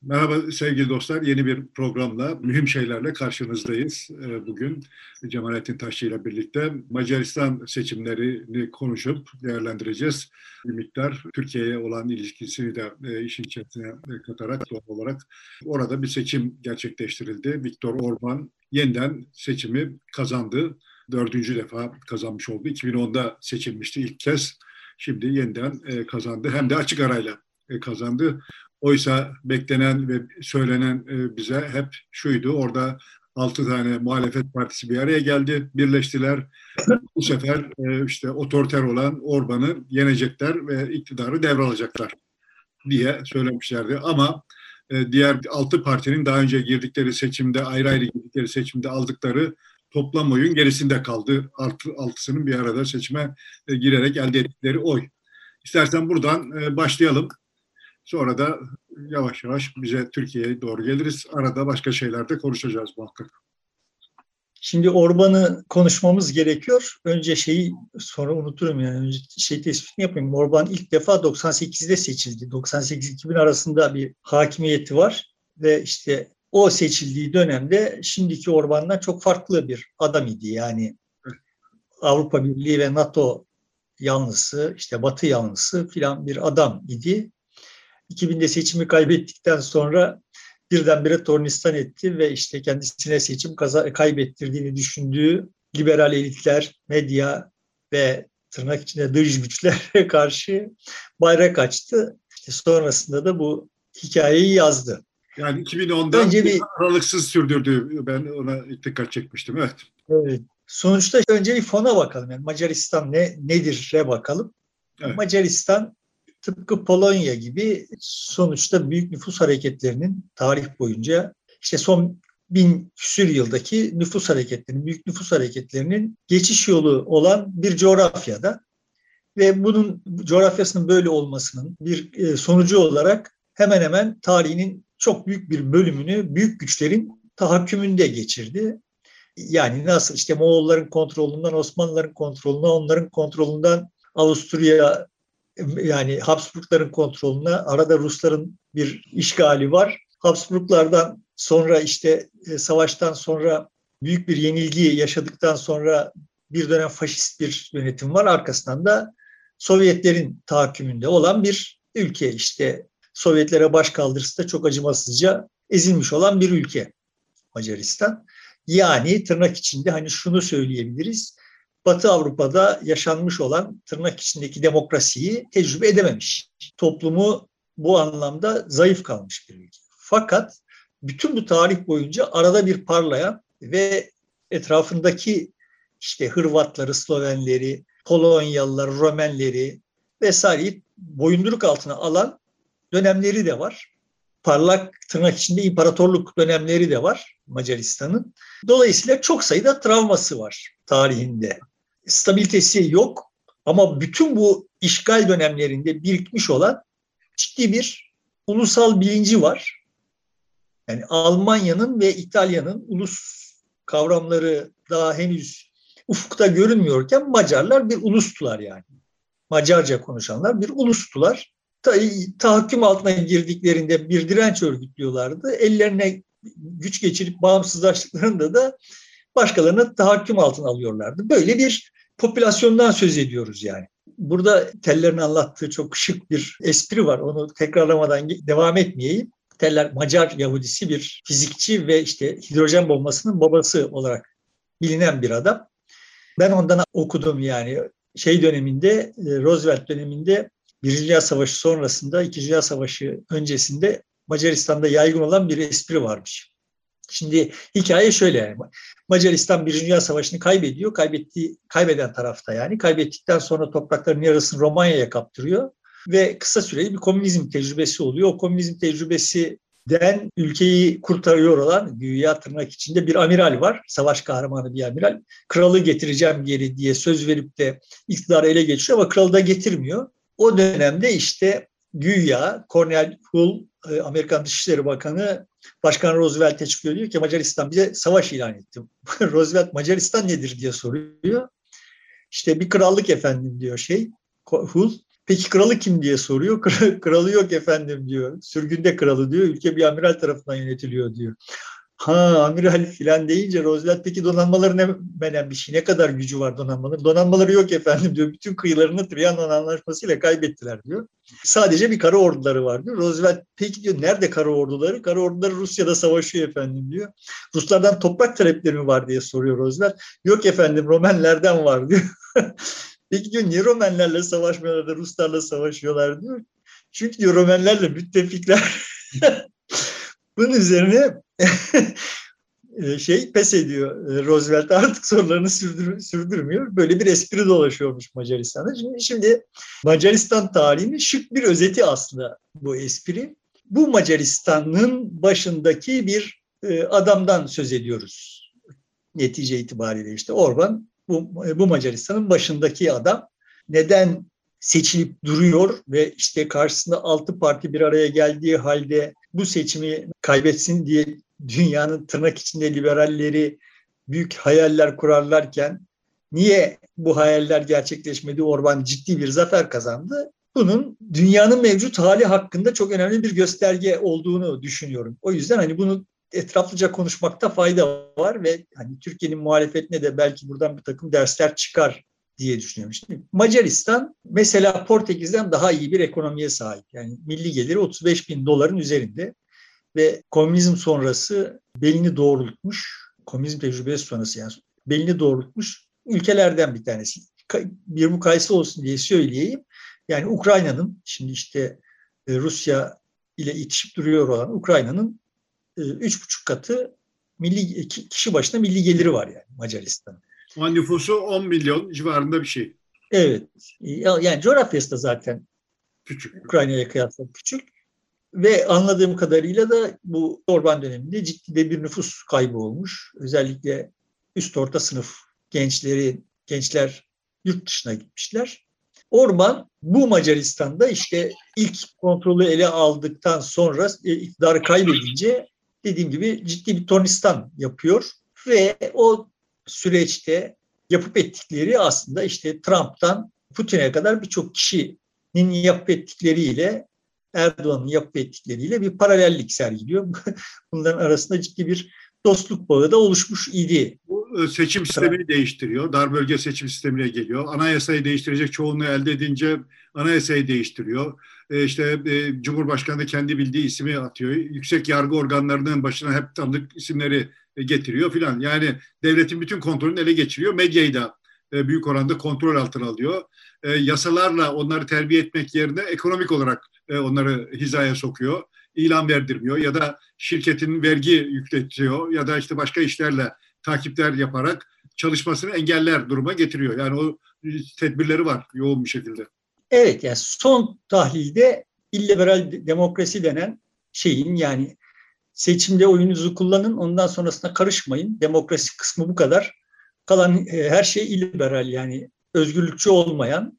Merhaba sevgili dostlar. Yeni bir programla, mühim şeylerle karşınızdayız. Bugün Cemalettin Taşçı ile birlikte Macaristan seçimlerini konuşup değerlendireceğiz. Bir miktar Türkiye'ye olan ilişkisini de işin içerisine katarak doğal olarak orada bir seçim gerçekleştirildi. Viktor Orban yeniden seçimi kazandı. Dördüncü defa kazanmış oldu. 2010'da seçilmişti ilk kez. Şimdi yeniden kazandı. Hem de açık arayla kazandı. Oysa beklenen ve söylenen bize hep şuydu. Orada 6 tane muhalefet partisi bir araya geldi, birleştiler. Bu sefer işte otoriter olan Orban'ı yenecekler ve iktidarı devralacaklar diye söylemişlerdi. Ama diğer 6 partinin daha önce girdikleri seçimde, ayrı ayrı girdikleri seçimde aldıkları toplam oyun gerisinde kaldı. Altısının bir arada seçime girerek elde ettikleri oy. İstersen buradan başlayalım. Sonra da yavaş yavaş bize Türkiye'ye doğru geliriz. Arada başka şeyler de konuşacağız muhakkak. Şimdi Orban'ı konuşmamız gerekiyor. Önce sonra unuturum yani. Önce tespitini yapayım. Orban ilk defa 98'de seçildi. 98-2000 arasında bir hakimiyeti var ve işte o seçildiği dönemde şimdiki Orban'dan çok farklı bir adam idi. Yani Avrupa Birliği ve NATO yanlısı, işte Batı yanlısı filan bir adam idi. 2000'de seçimi kaybettikten sonra birdenbire tornistan etti ve işte kendisine seçim kaybettirdiğini düşündüğü liberal elitler, medya ve tırnak içinde dış güçlere karşı bayrak açtı. İşte sonrasında da bu hikayeyi yazdı. Yani 2010'dan aralıksız sürdürdü. Ben ona dikkat çekmiştim. Evet. Evet. Sonuçta önce bir fona bakalım. Yani Macaristan nedir'e bakalım. Evet. Macaristan tıpkı Polonya gibi sonuçta büyük nüfus hareketlerinin tarih boyunca işte son 1000 küsür yıldaki büyük nüfus hareketlerinin geçiş yolu olan bir coğrafyada ve bunun coğrafyasının böyle olmasının bir sonucu olarak hemen hemen tarihinin çok büyük bir bölümünü büyük güçlerin tahakkümünde geçirdi. Yani nasıl işte Moğolların kontrolünden Osmanlıların kontrolüne, onların kontrolünden Avusturya, yani Habsburgların kontrolüne, arada Rusların bir işgali var. Habsburglardan sonra işte savaştan sonra büyük bir yenilgi yaşadıktan sonra bir dönem faşist bir yönetim var. Arkasından da Sovyetlerin tahakkümünde olan bir ülke. İşte Sovyetlere başkaldırısı da çok acımasızca ezilmiş olan bir ülke Macaristan. Yani tırnak içinde hani şunu söyleyebiliriz. Batı Avrupa'da yaşanmış olan tırnak içindeki demokrasiyi tecrübe edememiş. Toplumu bu anlamda zayıf kalmış bir ülke. Fakat bütün bu tarih boyunca arada bir parlayan ve etrafındaki işte Hırvatları, Slovenleri, Polonyalıları, Romenleri vesaireyi boyunduruk altına alan dönemleri de var. Parlak tırnak içinde imparatorluk dönemleri de var Macaristan'ın. Dolayısıyla çok sayıda travması var tarihinde. Stabilitesi yok ama bütün bu işgal dönemlerinde birikmiş olan ciddi bir ulusal bilinci var. Yani Almanya'nın ve İtalya'nın ulus kavramları daha henüz ufukta görünmüyorken Macarlar bir ulustular yani. Macarca konuşanlar bir ulustular. Tahakküm altına girdiklerinde bir direnç örgütlüyorlardı. Ellerine güç geçirip bağımsızlaştıklarında da başkalarını tahakküm altına alıyorlardı. Böyle bir popülasyondan söz ediyoruz yani. Burada Teller'in anlattığı çok şık bir espri var. Onu tekrarlamadan devam etmeyeyim. Teller Macar Yahudisi bir fizikçi ve işte hidrojen bombasının babası olarak bilinen bir adam. Ben ondan okudum yani döneminde, Roosevelt döneminde Birinci Dünya Savaşı sonrasında, İkinci Dünya Savaşı öncesinde Macaristan'da yaygın olan bir espri varmış. Şimdi hikaye şöyle yani. Macaristan Birinci Dünya Savaşı'nı kaybediyor. Kaybeden tarafta yani. Kaybettikten sonra toprakların yarısını Romanya'ya kaptırıyor. Ve kısa süreli bir komünizm tecrübesi oluyor. O komünizm tecrübesinden ülkeyi kurtarıyor olan güya tırnak içinde bir amiral var. Savaş kahramanı bir amiral. Kralı getireceğim geri diye söz verip de iktidarı ele geçiriyor ama kralı da getirmiyor. O dönemde işte güya Cornel Hull, Amerikan Dışişleri Bakanı, Başkan Roosevelt'e çıkıyor, diyor ki Macaristan bize savaş ilan etti. Roosevelt Macaristan nedir diye soruyor. İşte bir krallık efendim diyor Hull. Peki kralı kim diye soruyor. Kralı yok efendim diyor. Sürgünde kralı diyor. Ülke bir amiral tarafından yönetiliyor diyor. Ha, amiral filan deyince Roosevelt, peki donanmaları ne menen bir şey? Ne kadar gücü var donanmaların? Donanmaları yok efendim diyor. Bütün kıyılarını Trianon Anlaşması'yla kaybettiler diyor. Sadece bir kara orduları var diyor. Roosevelt peki diyor, nerede kara orduları? Kara orduları Rusya'da savaşıyor efendim diyor. Ruslardan toprak talepleri mi var diye soruyor Roosevelt. Yok efendim, Romenlerden var diyor. Peki diyor, niye Romenlerle savaşmıyorlar da Ruslarla savaşıyorlar diyor. Çünkü diyor Romenlerle müttefikler. Bunun üzerine pes ediyor. Roosevelt artık sorularını sürdürmüyor. Böyle bir espri dolaşıyormuş Macaristan'da. Şimdi Macaristan tarihinin şık bir özeti aslında bu espri. Bu Macaristan'ın başındaki bir adamdan söz ediyoruz. Netice itibariyle işte Orban bu Macaristan'ın başındaki adam. Neden seçilip duruyor ve işte karşısında 6 parti bir araya geldiği halde bu seçimi kaybetsin diye dünyanın tırnak içinde liberalleri büyük hayaller kurarlarken niye bu hayaller gerçekleşmedi? Orban ciddi bir zafer kazandı. Bunun dünyanın mevcut hali hakkında çok önemli bir gösterge olduğunu düşünüyorum. O yüzden hani bunu etraflıca konuşmakta fayda var ve hani Türkiye'nin muhalefetine de belki buradan bir takım dersler çıkar diye düşünüyorum. Şimdi Macaristan mesela Portekiz'den daha iyi bir ekonomiye sahip. Yani milli geliri 35 bin doların üzerinde ve komünizm sonrası belini doğrultmuş, komünizm tecrübesi sonrası yani belini doğrultmuş ülkelerden bir tanesi. Bir mukayese olsun diye söyleyeyim. Yani Ukrayna'nın, şimdi işte Rusya ile itişip duruyor olan Ukrayna'nın 3,5 katı kişi başına milli geliri var yani Macaristan'ın. Ama nüfusu 10 milyon civarında bir şey. Evet. Yani coğrafyası da zaten Küçük. Ukrayna'ya kıyasla küçük. Ve anladığım kadarıyla da bu Orban döneminde ciddi de bir nüfus kaybı olmuş. Özellikle üst orta sınıf gençler yurt dışına gitmişler. Orban bu Macaristan'da işte ilk kontrolü ele aldıktan sonra iktidarı kaybedince dediğim gibi ciddi bir tornistan yapıyor. Ve o süreçte yapıp ettikleri aslında işte Trump'tan Putin'e kadar birçok kişinin yapıp ettikleriyle Erdoğan'ın yapıp ettikleriyle bir paralellik sergiliyor. Bunların arasında ciddi bir dostluk bağı da oluşmuş idi. Bu seçim sistemini değiştiriyor. Dar bölge seçim sistemine geliyor. Anayasayı değiştirecek çoğunluğu elde edince anayasayı değiştiriyor. Cumhurbaşkanı da kendi bildiği ismi atıyor. Yüksek yargı organlarının başına hep tanıdık isimleri getiriyor filan. Yani devletin bütün kontrolünü ele geçiriyor. Medyayı da büyük oranda kontrol altına alıyor. Yasalarla onları terbiye etmek yerine ekonomik olarak onları hizaya sokuyor. İlan verdirmiyor ya da şirketin vergi yükletiyor ya da işte başka işlerle takipler yaparak çalışmasını engeller duruma getiriyor. Yani o tedbirleri var yoğun bir şekilde. Evet, yani son tahlilde illiberal demokrasi denen şeyin, yani seçimde oyunuzu kullanın, ondan sonrasına karışmayın. Demokrasi kısmı bu kadar. Kalan her şey illiberal, yani özgürlükçü olmayan,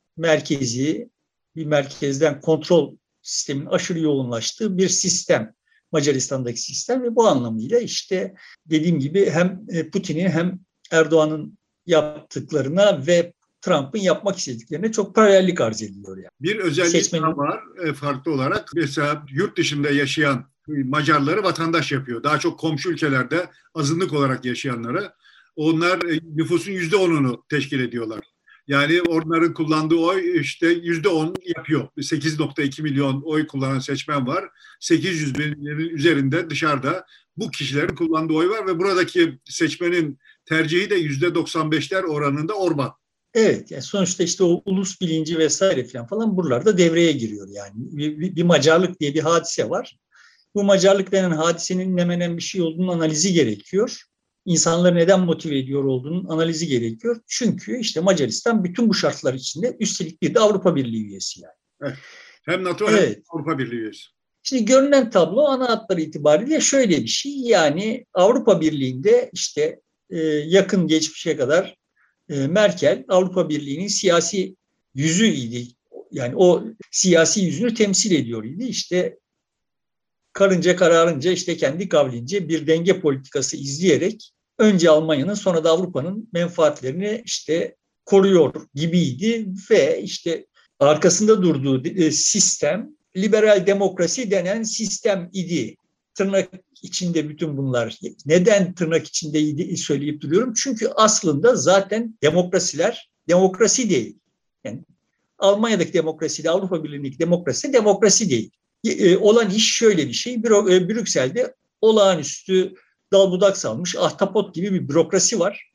bir merkezden kontrol sistemin aşırı yoğunlaştığı bir sistem. Macaristan'daki sistem ve bu anlamıyla işte dediğim gibi hem Putin'in hem Erdoğan'ın yaptıklarına ve Trump'ın yapmak istediklerine çok paralellik arz ediyor yani. Bir özellik daha var farklı olarak. Mesela yurt dışında yaşayan Macarları vatandaş yapıyor. Daha çok komşu ülkelerde azınlık olarak yaşayanları. Onlar nüfusun %10'unu teşkil ediyorlar. Yani onların kullandığı oy işte %10 yapıyor. 8,2 milyon oy kullanan seçmen var. 800 binin üzerinde dışarıda bu kişilerin kullandığı oy var ve buradaki seçmenin tercihi de %95'ler oranında Orban. Evet, yani sonuçta işte o ulus bilinci vesaire falan buralarda devreye giriyor yani. Bir Macarlık diye bir hadise var. Bu Macarlık denen hadisenin ne menen bir şey olduğunun analizi gerekiyor. İnsanları neden motive ediyor olduğunun analizi gerekiyor. Çünkü işte Macaristan bütün bu şartlar içinde, üstelik bir de Avrupa Birliği üyesi yani. Evet. Hem NATO hem Avrupa Birliği üyesi. Şimdi görünen tablo ana hatları itibariyle şöyle bir şey. Yani Avrupa Birliği'nde işte yakın geçmişe kadar Merkel Avrupa Birliği'nin siyasi yüzüydü. Yani o siyasi yüzünü temsil ediyor idi. İşte karınca kararınca işte kendi kavlince bir denge politikası izleyerek önce Almanya'nın sonra da Avrupa'nın menfaatlerini işte koruyor gibiydi ve işte arkasında durduğu sistem liberal demokrasi denen sistem idi. Tırnak içinde bütün bunlar. Neden tırnak içinde idi söyleyip duruyorum? Çünkü aslında zaten demokrasiler demokrasi değil. Yani Almanya'daki demokrasi de Avrupa Birliği'ndeki demokrasi değil. Olan iş şöyle bir şey. Brüksel'de olağanüstü dal budak salmış ahtapot gibi bir bürokrasi var.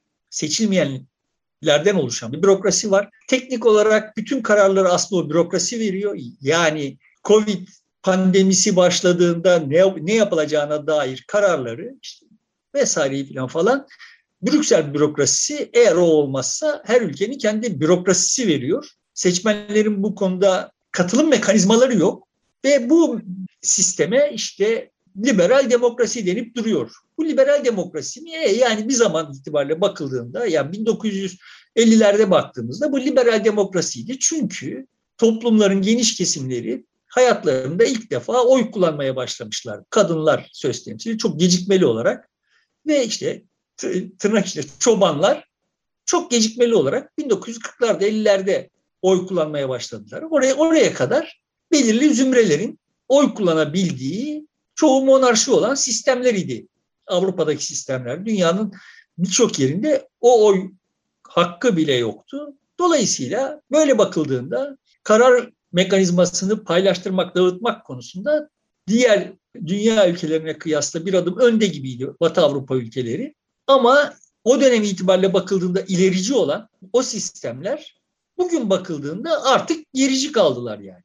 Seçilmeyenlerden oluşan bir bürokrasi var. Teknik olarak bütün kararları aslında o bürokrasi veriyor. Yani Covid pandemisi başladığında ne yapılacağına dair kararları işte vesaire falan Brüksel bürokrasisi, eğer o olmazsa her ülkenin kendi bürokrasisi veriyor. Seçmenlerin bu konuda katılım mekanizmaları yok ve bu sisteme işte liberal demokrasi denip duruyor. Bu liberal demokrasi mi? Yani bir zaman itibariyle bakıldığında, yani 1950'lerde baktığımızda bu liberal demokrasiydi. Çünkü toplumların geniş kesimleri hayatlarında ilk defa oy kullanmaya başlamışlar. Kadınlar söz temsili çok gecikmeli olarak ve işte tırnak içinde çobanlar çok gecikmeli olarak 1940'larda 50'lerde oy kullanmaya başladılar. Oraya kadar belirli zümrelerin oy kullanabildiği çoğu monarşi olan sistemler idi. Avrupa'daki sistemler. Dünyanın birçok yerinde o oy hakkı bile yoktu. Dolayısıyla böyle bakıldığında karar mekanizmasını paylaştırmak, dağıtmak konusunda diğer dünya ülkelerine kıyasla bir adım önde gibiydi Batı Avrupa ülkeleri. Ama o dönem itibariyle bakıldığında ilerici olan o sistemler bugün bakıldığında artık gerici kaldılar yani.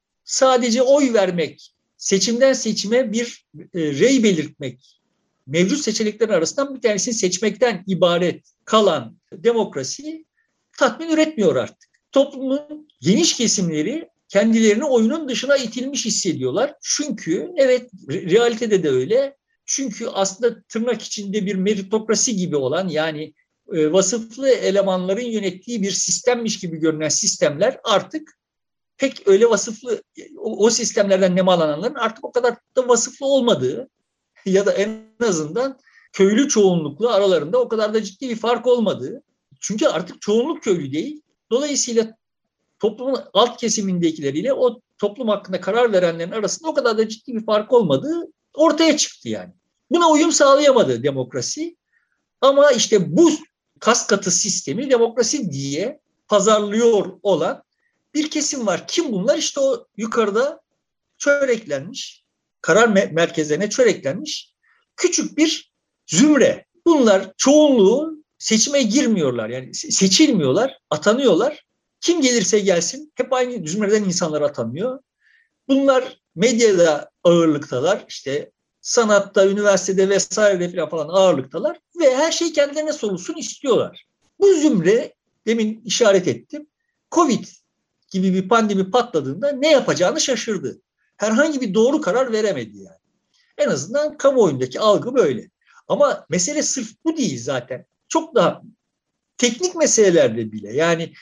Sadece oy vermek, seçimden seçime bir rey belirtmek, mevcut seçeneklerin arasından bir tanesini seçmekten ibaret kalan demokrasi tatmin üretmiyor artık. Toplumun geniş kesimleri kendilerini oyunun dışına itilmiş hissediyorlar. Çünkü evet, realitede de öyle. Çünkü aslında tırnak içinde bir meritokrasi gibi olan, yani vasıflı elemanların yönettiği bir sistemmiş gibi görünen sistemler artık pek öyle vasıflı, o sistemlerden nemalananların artık o kadar da vasıflı olmadığı ya da en azından köylü çoğunlukla aralarında o kadar da ciddi bir fark olmadığı. Çünkü artık çoğunluk köylü değil. Dolayısıyla toplumun alt kesimindekileriyle o toplum hakkında karar verenlerin arasında o kadar da ciddi bir fark olmadığı ortaya çıktı yani. Buna uyum sağlayamadı demokrasi. Ama işte bu kas katı sistemi demokrasi diye pazarlıyor olan bir kesim var. Kim bunlar? İşte o yukarıda çöreklenmiş, karar merkezlerine çöreklenmiş küçük bir zümre. Bunlar çoğunluğu seçime girmiyorlar. Yani seçilmiyorlar, atanıyorlar. Kim gelirse gelsin hep aynı zümreden insanlar atanıyor. Bunlar medyada ağırlıktalar, işte sanatta, üniversitede vesairede falan ağırlıktalar ve her şey kendilerine sorulsun istiyorlar. Bu zümre, demin işaret ettim, Covid gibi bir pandemi patladığında ne yapacağını şaşırdı. Herhangi bir doğru karar veremedi yani. En azından kamuoyundaki algı böyle. Ama mesele sırf bu değil zaten. Çok daha teknik meselelerde bile, yani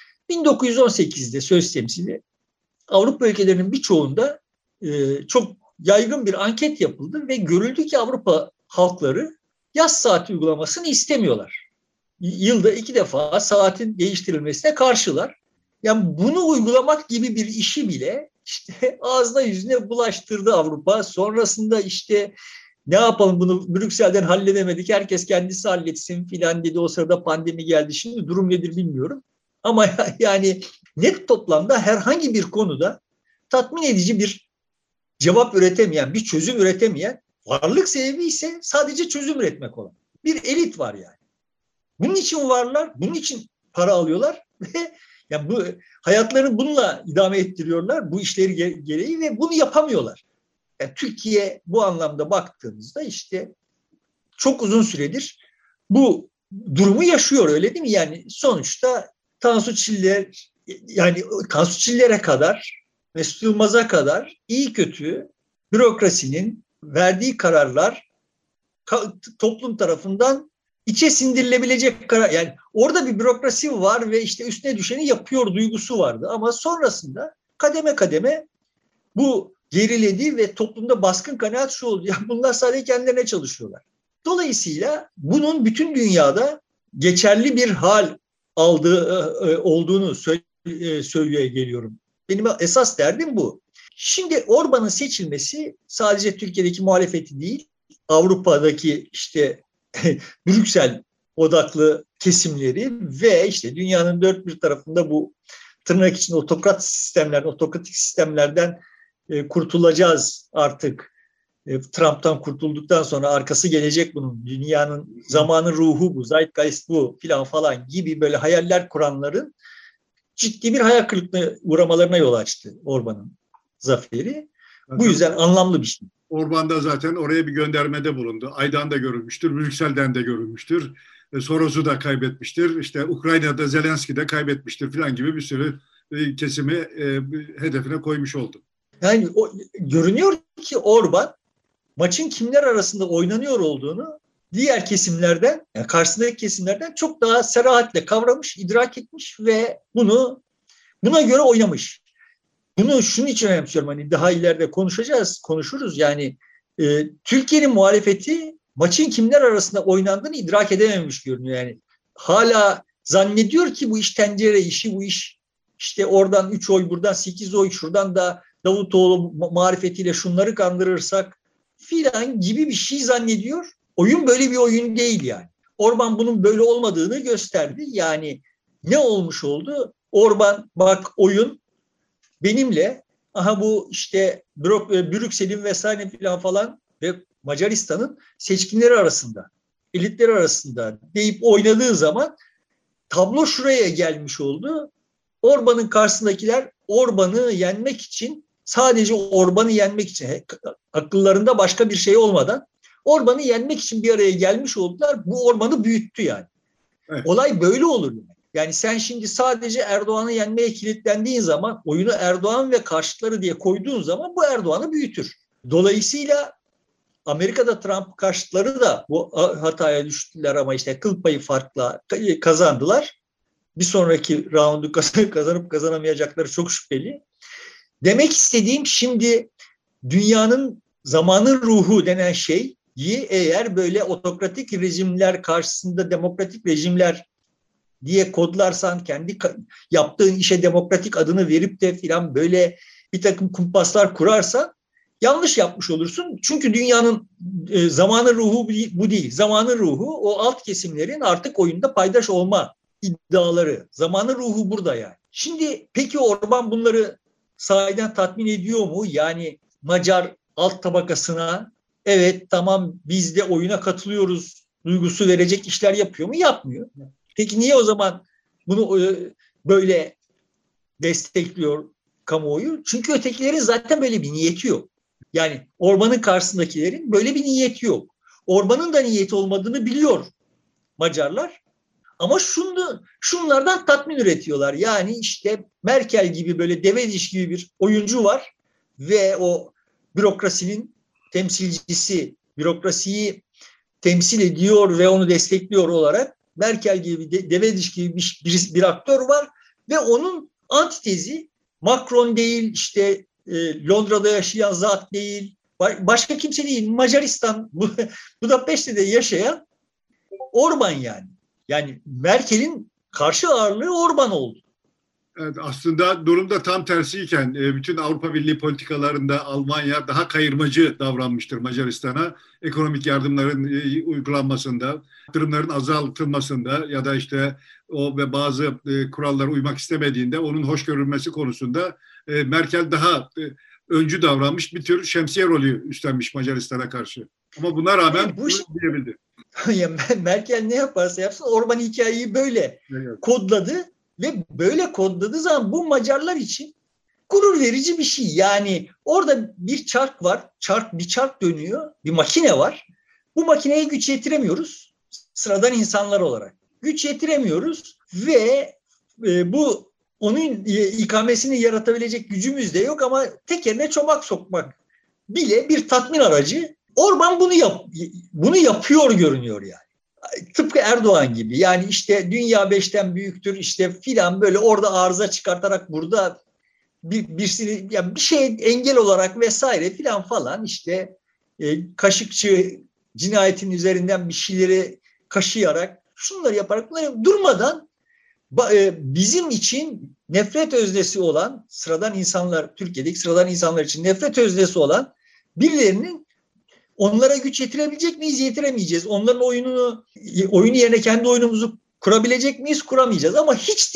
1918'de söz temsili Avrupa ülkelerinin birçoğunda çok yaygın bir anket yapıldı ve görüldü ki Avrupa halkları yaz saati uygulamasını istemiyorlar. Yılda 2 defa saatin değiştirilmesine karşılar. Yani bunu uygulamak gibi bir işi bile işte ağzına yüzüne bulaştırdı Avrupa. Sonrasında işte ne yapalım, bunu Brüksel'den halledemedik, herkes kendisi halletsin filan dedi. O sırada pandemi geldi. Şimdi durum nedir bilmiyorum. Ama yani net toplamda herhangi bir konuda tatmin edici bir cevap üretemeyen, bir çözüm üretemeyen, varlık sebebi ise sadece çözüm üretmek olan bir elit var yani. Bunun için varlar, bunun için para alıyorlar ve yani bu hayatlarını bununla idame ettiriyorlar, bu işleri gereği, ve bunu yapamıyorlar. Yani Türkiye bu anlamda baktığımızda işte çok uzun süredir bu durumu yaşıyor, öyle değil mi? Yani sonuçta Tansu Çiller, yani Tansu Çiller'e kadar, Mesut Yılmaz'a kadar iyi kötü bürokrasinin verdiği kararlar toplum tarafından içe sindirilebilecek karar. Yani orada bir bürokrasi var ve işte üstüne düşeni yapıyor duygusu vardı. Ama sonrasında kademe kademe bu geriledi ve toplumda baskın kanaat şu oldu: ya bunlar sadece kendilerine çalışıyorlar. Dolayısıyla bunun bütün dünyada geçerli bir hal olduğunu söyleye geliyorum. Benim esas derdim bu. Şimdi Orban'ın seçilmesi sadece Türkiye'deki muhalefeti değil, Avrupa'daki işte Brüksel odaklı kesimleri ve işte dünyanın dört bir tarafında bu tırnak içinde otokratik sistemlerden kurtulacağız artık. Trump'tan kurtulduktan sonra arkası gelecek bunun. Dünyanın zamanın ruhu bu, zeitgeist bu falan gibi böyle hayaller kuranların ciddi bir hayal kırıklığına uğramalarına yol açtı Orban'ın zaferi. Bu yüzden anlamlı bir şey. Orban da zaten oraya bir göndermede bulundu. Ay'dan da görülmüştür, Brüksel'den de görülmüştür. Soros'u da kaybetmiştir. İşte Ukrayna'da Zelenski de kaybetmiştir falan gibi bir sürü kesimi hedefine koymuş oldu. Yani görünüyor ki Orban maçın kimler arasında oynanıyor olduğunu diğer kesimlerden, yani karşısındaki kesimlerden çok daha serahatle kavramış, idrak etmiş ve buna göre oynamış. Bunu şunun için önemsiyorum, hani daha ileride konuşuruz. Yani Türkiye'nin muhalefeti maçın kimler arasında oynandığını idrak edememiş görünüyor. Yani hala zannediyor ki bu iş tencere işi, bu iş işte oradan 3 oy, buradan 8 oy, şuradan da Davutoğlu marifetiyle şunları kandırırsak filan gibi bir şey zannediyor. Oyun böyle bir oyun değil yani. Orban bunun böyle olmadığını gösterdi. Yani ne olmuş oldu? Orban bak oyun benimle, aha bu işte Brüksel'in vesaire falan ve Macaristan'ın seçkinleri arasında, elitleri arasında deyip oynadığı zaman tablo şuraya gelmiş oldu. Orban'ın karşısındakiler Orban'ı yenmek için, sadece Orban'ı yenmek için, akıllarında başka bir şey olmadan Orban'ı yenmek için bir araya gelmiş oldular. Bu Orban'ı büyüttü yani. Evet. Olay böyle olur yani. Yani sen şimdi sadece Erdoğan'ı yenmeye kilitlendiğin zaman, oyunu Erdoğan ve karşıtları diye koyduğun zaman bu Erdoğan'ı büyütür. Dolayısıyla Amerika'da Trump karşıtları da bu hataya düştüler ama işte kıl payı farkla kazandılar. Bir sonraki raundu kazanıp kazanamayacakları çok şüpheli. Demek istediğim, şimdi dünyanın zamanın ruhu denen şeyi eğer böyle otokratik rejimler karşısında demokratik rejimler diye kodlarsan, kendi yaptığın işe demokratik adını verip de filan böyle bir takım kumpaslar kurarsan yanlış yapmış olursun. Çünkü dünyanın zamanın ruhu bu değil. Zamanın ruhu o alt kesimlerin artık oyunda paydaş olma iddiaları. Zamanın ruhu burada yani. Şimdi peki Orban bunları sahiden tatmin ediyor mu? Yani Macar alt tabakasına evet tamam biz de oyuna katılıyoruz duygusu verecek işler yapıyor mu? Yapmıyor. Peki niye o zaman bunu böyle destekliyor kamuoyu? Çünkü ötekilerin zaten böyle bir niyeti yok. Yani Orban'ın karşısındakilerin böyle bir niyeti yok. Orban'ın da niyeti olmadığını biliyor Macarlar. Ama şunlardan tatmin üretiyorlar. Yani işte Merkel gibi böyle deve diş gibi bir oyuncu var ve o bürokrasinin temsilcisi, bürokrasiyi temsil ediyor ve onu destekliyor olarak Merkel gibi deve diş gibi bir aktör var ve onun antitezi Macron değil, işte Londra'da yaşayan zat değil, başka kimse değil, Macaristan, Budapeşte'de yaşayan Orban yani. Yani Merkel'in karşı ağırlığı Orban oldu. Evet, aslında durumda tam tersiyken bütün Avrupa Birliği politikalarında Almanya daha kayırmacı davranmıştır Macaristan'a. Ekonomik yardımların uygulanmasında, yatırımların azaltılmasında ya da işte o ve bazı kurallara uymak istemediğinde onun hoş görülmesi konusunda Merkel daha öncü davranmış, bir tür şemsiye rolü üstlenmiş Macaristan'a karşı. Ama buna rağmen bunu diyebildi. Merkel ne yaparsa yapsın Orban hikayeyi böyle kodladı ve böyle kodladığı zaman bu Macarlar için gurur verici bir şey. Yani orada bir çark var, bir çark dönüyor, bir makine var. Bu makineye güç yetiremiyoruz sıradan insanlar olarak. Güç yetiremiyoruz ve bu onun ikamesini yaratabilecek gücümüz de yok ama tekerine çomak sokmak bile bir tatmin aracı. Orban bunu yapıyor görünüyor yani. Tıpkı Erdoğan gibi. Yani işte dünya 5'ten büyüktür işte filan böyle orada arıza çıkartarak burada yani bir şey engel olarak vesaire filan falan işte Kaşıkçı cinayetin üzerinden bir şeyleri kaşıyarak şunları yaparak bunları durmadan bizim için nefret öznesi olan sıradan insanlar, Türkiye'deki sıradan insanlar için nefret öznesi olan birilerinin onlara güç yetirebilecek miyiz, yetiremeyeceğiz. Onların oyunu yerine kendi oyunumuzu kurabilecek miyiz, kuramayacağız. Ama hiç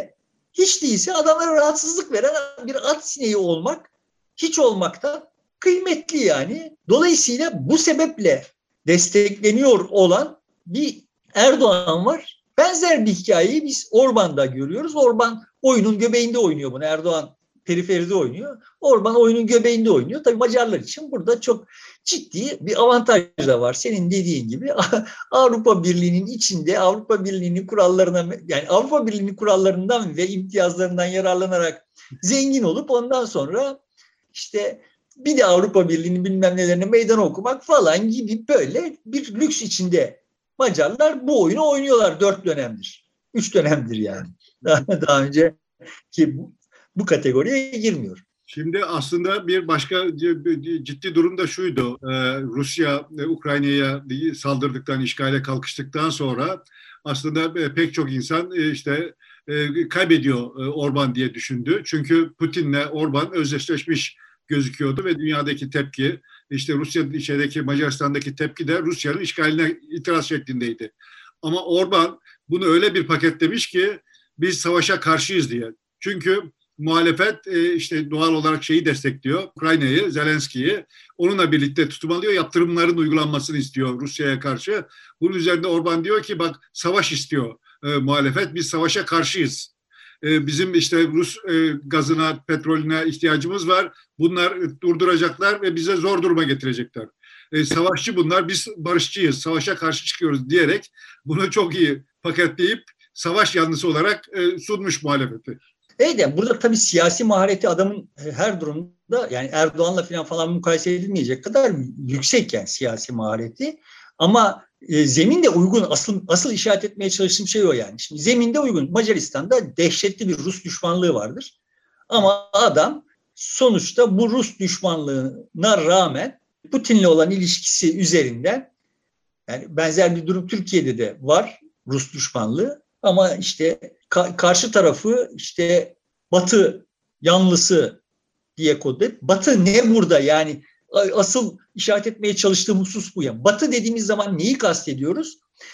değilse adamlara rahatsızlık veren bir at sineği olmak, hiç olmaktan kıymetli yani. Dolayısıyla bu sebeple destekleniyor olan bir Erdoğan var. Benzer bir hikayeyi biz Orban'da görüyoruz. Orban oyunun göbeğinde oynuyor bunu. Erdoğan periferide oynuyor. Orban oyunun göbeğinde oynuyor. Tabii Macarlar için burada çok ciddi bir avantaj da var. Senin dediğin gibi Avrupa Birliği'nin içinde Avrupa Birliği'nin kurallarına, yani Avrupa Birliği'nin kurallarından ve imtiyazlarından yararlanarak zengin olup ondan sonra işte bir de Avrupa Birliği'nin bilmem nelerine meydan okumak falan gibi böyle bir lüks içinde Macarlar bu oyunu oynuyorlar 4 dönemdir. 3 dönemdir yani. Daha önce ki bu kategoriye girmiyor. Şimdi aslında bir başka ciddi durum da şuydu. Rusya Ukrayna'ya saldırdıktan, işgale kalkıştıktan sonra aslında pek çok insan işte kaybediyor Orban diye düşündü. Çünkü Putin'le Orban özdeşleşmiş gözüküyordu ve dünyadaki tepki, işte Rusya'daki, Macaristan'daki tepki de Rusya'nın işgaline itiraz şeklindeydi. Ama Orban bunu öyle bir paketlemiş ki biz savaşa karşıyız diye. Çünkü muhalefet işte doğal olarak şeyi destekliyor, Ukrayna'yı, Zelenski'yi. Onunla birlikte tutum alıyor, yaptırımların uygulanmasını istiyor Rusya'ya karşı. Bunun üzerinde Orban diyor ki bak savaş istiyor muhalefet, biz savaşa karşıyız. Bizim işte Rus gazına, petrolüne ihtiyacımız var. Bunlar durduracaklar ve bize zor duruma getirecekler. Savaşçı bunlar, biz barışçıyız, savaşa karşı çıkıyoruz diyerek bunu çok iyi paketleyip savaş yanlısı olarak sunmuş muhalefeti. Evet, burada tabii siyasi mahareti adamın her durumda, yani Erdoğan'la falan mukayese edilmeyecek kadar yüksek yani siyasi mahareti. Ama zemin de uygun. Asıl işaret etmeye çalıştığım şey o yani. Şimdi zeminde uygun. Macaristan'da dehşetli bir Rus düşmanlığı vardır. Ama adam sonuçta bu Rus düşmanlığına rağmen Putin'le olan ilişkisi üzerinden, yani benzer bir durum Türkiye'de de var, Rus düşmanlığı. Ama işte karşı tarafı işte Batı yanlısı diye kodlayıp, Batı ne burada yani asıl işaret etmeye çalıştığım husus bu. Yani Batı dediğimiz zaman neyi kastediyoruz?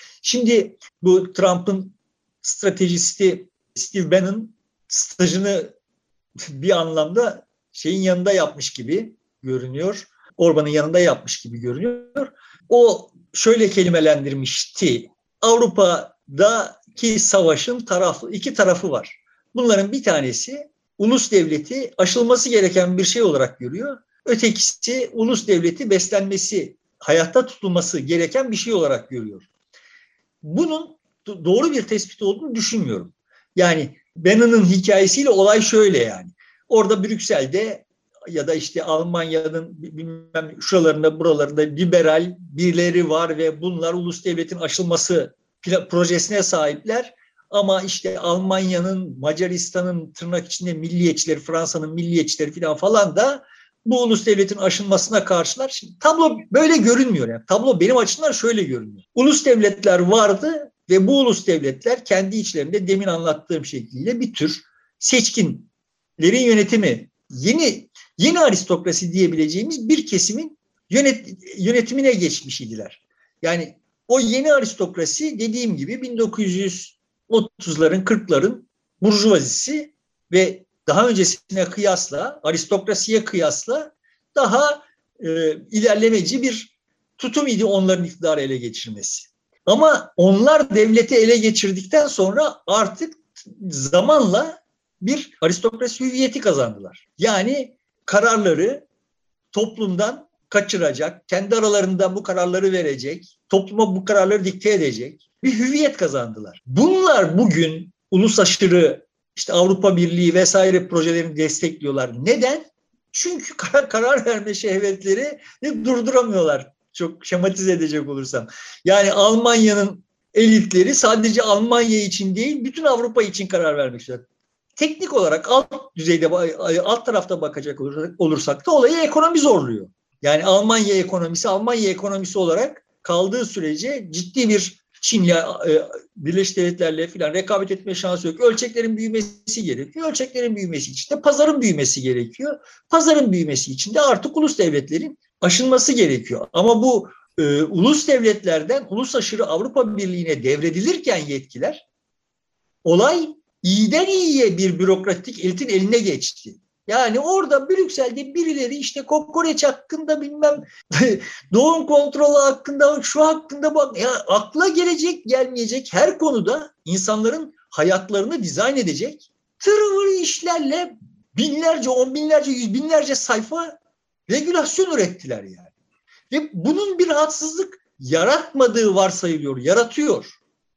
Şimdi bu Trump'ın stratejisti Steve Bannon stajını bir anlamda şeyin yanında yapmış gibi görünüyor. Orban'ın yanında yapmış gibi görünüyor. O şöyle kelimelendirmişti. Avrupa'daki savaşın iki tarafı var. Bunların bir tanesi ulus devleti aşılması gereken bir şey olarak görüyor. Ötekisi ulus devleti beslenmesi, hayatta tutulması gereken bir şey olarak görüyor. Bunun doğru bir tespit olduğunu düşünmüyorum. Yani Bannon'ın hikayesiyle olay şöyle yani. Orada Brüksel'de ya da işte Almanya'nın bilmem şuralarında buralarında liberal birileri var ve bunlar ulus devletin aşılması projesine sahipler. Ama işte Almanya'nın, Macaristan'ın tırnak içinde milliyetçileri, Fransa'nın milliyetçileri falan da bu ulus devletin aşılmasına karşılar. Şimdi tablo böyle görünmüyor. Yani tablo benim açımdan şöyle görünüyor. Ulus devletler vardı ve bu ulus devletler kendi içlerinde demin anlattığım şekliyle bir tür seçkinlerin yönetimi, yeni aristokrasi diyebileceğimiz bir kesimin yönetimine geçmiş idiler. Yani o yeni aristokrasi dediğim gibi 1930'ların 40'ların burjuvazisi ve daha öncesine kıyasla, aristokrasiye kıyasla daha ilerlemeci bir tutum idi onların iktidarı ele geçirmesi. Ama onlar devleti ele geçirdikten sonra artık zamanla bir aristokrasi hüviyeti kazandılar. Yani kararları toplumdan kaçıracak, kendi aralarında bu kararları verecek, topluma bu kararları dikte edecek bir hüviyet kazandılar. Bunlar bugün ulus aşırı işte Avrupa Birliği vesaire projelerini destekliyorlar. Neden? Çünkü karar verme şehvetleri durduramıyorlar. Çok şematize edecek olursam. Yani Almanya'nın elitleri sadece Almanya için değil, bütün Avrupa için karar vermişler. Teknik olarak alt düzeyde, alt tarafta bakacak olursak da olayı ekonomi zorluyor. Yani Almanya ekonomisi olarak kaldığı sürece ciddi bir Çin'le, Birleşik Devletler'le falan rekabet etme şansı yok. Ölçeklerin büyümesi gerekiyor. Ölçeklerin büyümesi için de pazarın büyümesi gerekiyor. Pazarın büyümesi için de artık ulus devletlerin aşılması gerekiyor. Ama bu ulus devletlerden ulus aşırı Avrupa Birliği'ne devredilirken yetkiler, olay iyiden iyiye bir bürokratik elitin eline geçti. Yani orada Brüksel'de birileri işte kokoreç hakkında bilmem doğum kontrolü hakkında şu hakkında bak ya akla gelecek gelmeyecek her konuda insanların hayatlarını dizayn edecek tırvır işlerle binlerce, on binlerce, yüz binlerce sayfa regülasyon ürettiler yani. Ve bunun bir rahatsızlık yaratmadığı varsayılıyor, yaratıyor.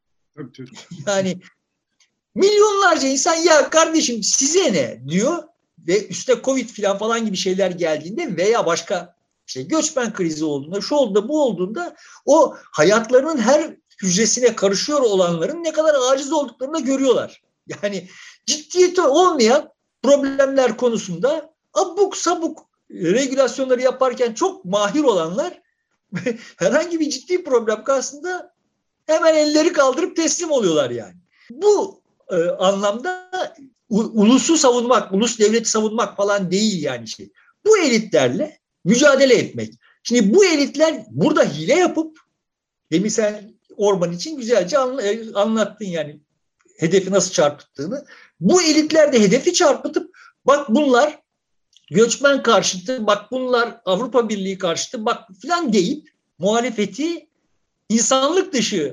Yani milyonlarca insan ya kardeşim size ne diyor ve üstte Covid falan gibi şeyler geldiğinde veya başka işte göçmen krizi olduğunda, şu olduğunda, bu olduğunda o hayatlarının her hücresine karışıyor olanların ne kadar aciz olduklarını da görüyorlar. Yani ciddiyeti olmayan problemler konusunda abuk sabuk regülasyonları yaparken çok mahir olanlar herhangi bir ciddi problem karşısında hemen elleri kaldırıp teslim oluyorlar yani. Bu anlamda ulusu savunmak, ulus devleti savunmak falan değil yani şey. Bu elitlerle mücadele etmek. Şimdi bu elitler burada hile yapıp demin sen Orban için güzelce anlattın yani hedefi nasıl çarpıttığını. Bu elitler de hedefi çarpıtıp bak bunlar göçmen karşıtı, bak bunlar Avrupa Birliği karşıtı, bak filan deyip muhalefeti insanlık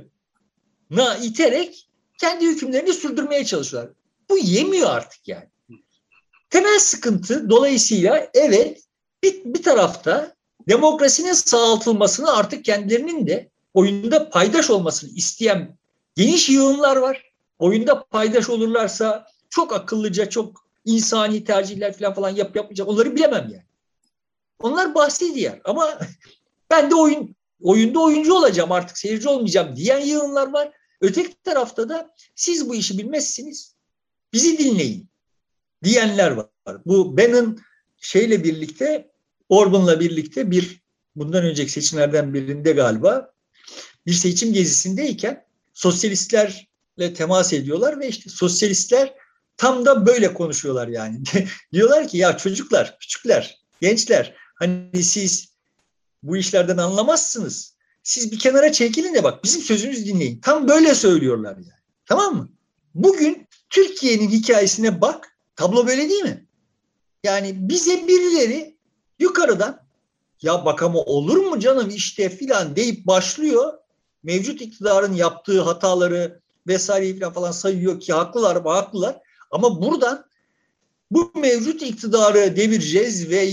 dışına iterek kendi hükümlerini sürdürmeye çalışıyorlar. Bu yemiyor artık yani. Temel sıkıntı dolayısıyla evet bir tarafta demokrasinin sağaltılmasını artık kendilerinin de oyunda paydaş olmasını isteyen geniş yığınlar var. Oyunda paydaş olurlarsa çok akıllıca, çok insani tercihler falan yapmayacak. Onları bilemem yani. Onlar bahsi diğer ama ben de oyunda oyuncu olacağım artık seyirci olmayacağım diyen yığınlar var. Öteki tarafta da siz bu işi bilmezsiniz. Bizi dinleyin diyenler var. Bu Bannon şeyle birlikte Orban'la birlikte bundan önceki seçimlerden birinde galiba bir seçim gezisindeyken sosyalistlerle temas ediyorlar ve işte sosyalistler tam da böyle konuşuyorlar yani. Diyorlar ki ya çocuklar, küçükler, gençler hani siz bu işlerden anlamazsınız. Siz bir kenara çekilin de bak bizim sözümüzü dinleyin. Tam böyle söylüyorlar yani. Tamam mı? Bugün Türkiye'nin hikayesine bak. Tablo böyle değil mi? Yani bize birileri yukarıdan ya bak ama olur mu canım işte filan deyip başlıyor. Mevcut iktidarın yaptığı hataları vesaireyi falan sayıyor ki haklılar mı haklılar. Ama buradan bu mevcut iktidarı devireceğiz ve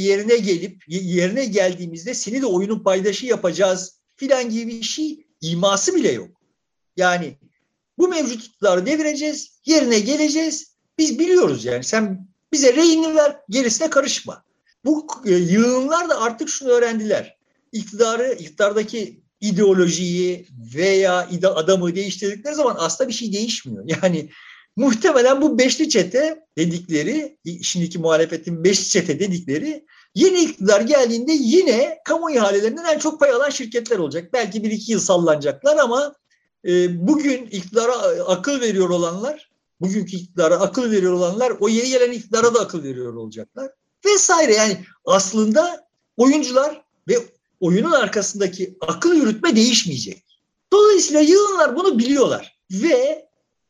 yerine geldiğimizde seni de oyunun paydaşı yapacağız filan gibi bir şey iması bile yok. Yani bu mevcut iktidarı devireceğiz, yerine geleceğiz. Biz biliyoruz yani sen bize reyini ver, gerisine karışma. Bu yığınlar da artık şunu öğrendiler. İktidardaki ideolojiyi veya adamı değiştirdikleri zaman aslında bir şey değişmiyor. Yani muhtemelen bu beşli çete dedikleri, şimdiki muhalefetin beşli çete dedikleri yeni iktidar geldiğinde yine kamu ihalelerinden en çok pay alan şirketler olacak. Belki 1-2 yıl sallanacaklar ama bugün iktidara akıl veriyor olanlar, bugünkü iktidara akıl veriyor olanlar o yeni gelen iktidara da akıl veriyor olacaklar. Vesaire yani aslında oyuncular ve oyunun arkasındaki akıl yürütme değişmeyecek. Dolayısıyla yığınlar bunu biliyorlar ve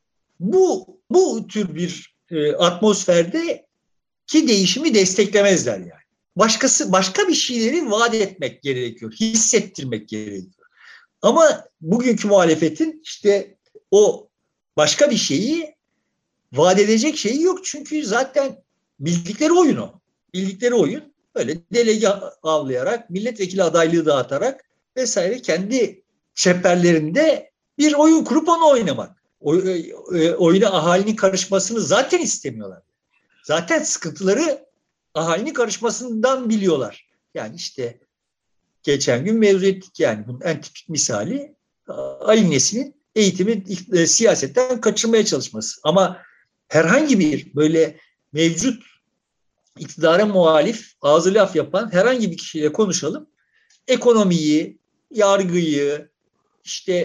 bu tür bir atmosferde ki değişimi desteklemezler yani. Başka bir şeyleri vaat etmek gerekiyor, hissettirmek gerekiyor. Ama bugünkü muhalefetin işte o başka bir şeyi vaat edecek şeyi yok çünkü zaten bildikleri oyun böyle delege avlayarak, milletvekili adaylığı dağıtarak vesaire kendi çemberlerinde bir oyun kurup onu oynamak. Oyuna ahalinin karışmasını zaten istemiyorlar. Zaten sıkıntıları ahalinin karışmasından biliyorlar. Yani işte geçen gün mevzu ettik yani bunun en tipik misali Ali Nesin'in eğitimi siyasetten kaçırmaya çalışması. Ama herhangi bir böyle mevcut iktidara muhalif ağzı laf yapan herhangi bir kişiyle konuşalım. Ekonomiyi, yargıyı, işte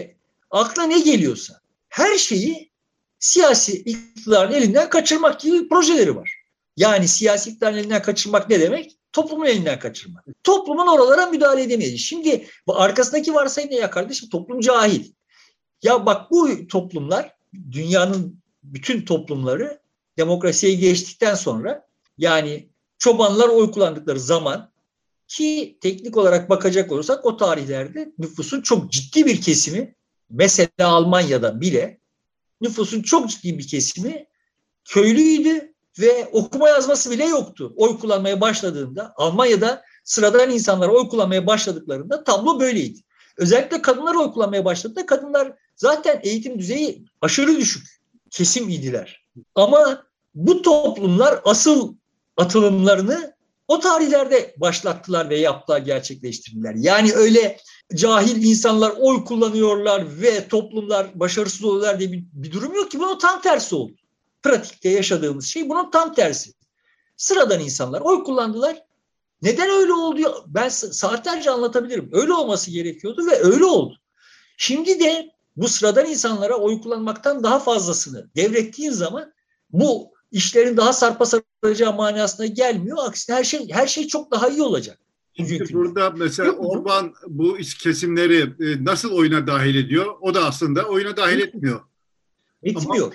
aklına ne geliyorsa her şeyi siyasi iktidarın elinden kaçırmak gibi bir projeleri var. Yani siyasi iktidarın elinden kaçırmak ne demek? Toplumun elinden kaçırmak. Toplumun oralara müdahale edemeyeceği. Şimdi arkasındaki varsayım ne ya kardeşim? Toplum cahil. Ya bak bu toplumlar, dünyanın bütün toplumları demokrasiye geçtikten sonra, yani çobanlar oy kullandıkları zaman, ki teknik olarak bakacak olursak o tarihlerde nüfusun çok ciddi bir kesimi, mesela Almanya'da bile nüfusun çok ciddi bir kesimi köylüydü ve okuma yazması bile yoktu. Oy kullanmaya başladığında, Almanya'da sıradan insanlar oy kullanmaya başladıklarında tablo böyleydi. Özellikle kadınlar oy kullanmaya başladığında kadınlar zaten eğitim düzeyi aşırı düşük kesim idiler. Ama bu toplumlar asıl atılımlarını o tarihlerde başlattılar ve yaptılar, gerçekleştirdiler. Yani öyle cahil insanlar oy kullanıyorlar ve toplumlar başarısız oluyorlar diye bir durum yok ki. Bunun tam tersi oldu. Pratikte yaşadığımız şey bunun tam tersi. Sıradan insanlar oy kullandılar. Neden öyle oldu? Ben saatlerce anlatabilirim. Öyle olması gerekiyordu ve öyle oldu. Şimdi de bu sıradan insanlara oy kullanmaktan daha fazlasını devrettiğin zaman bu işlerin daha sarpa saracağı manasına gelmiyor. Aksine her şey çok daha iyi olacak. Şimdi burada mesela Orban bu kesimleri nasıl oyuna dahil ediyor? O da aslında oyuna dahil etmiyor. Etmiyor.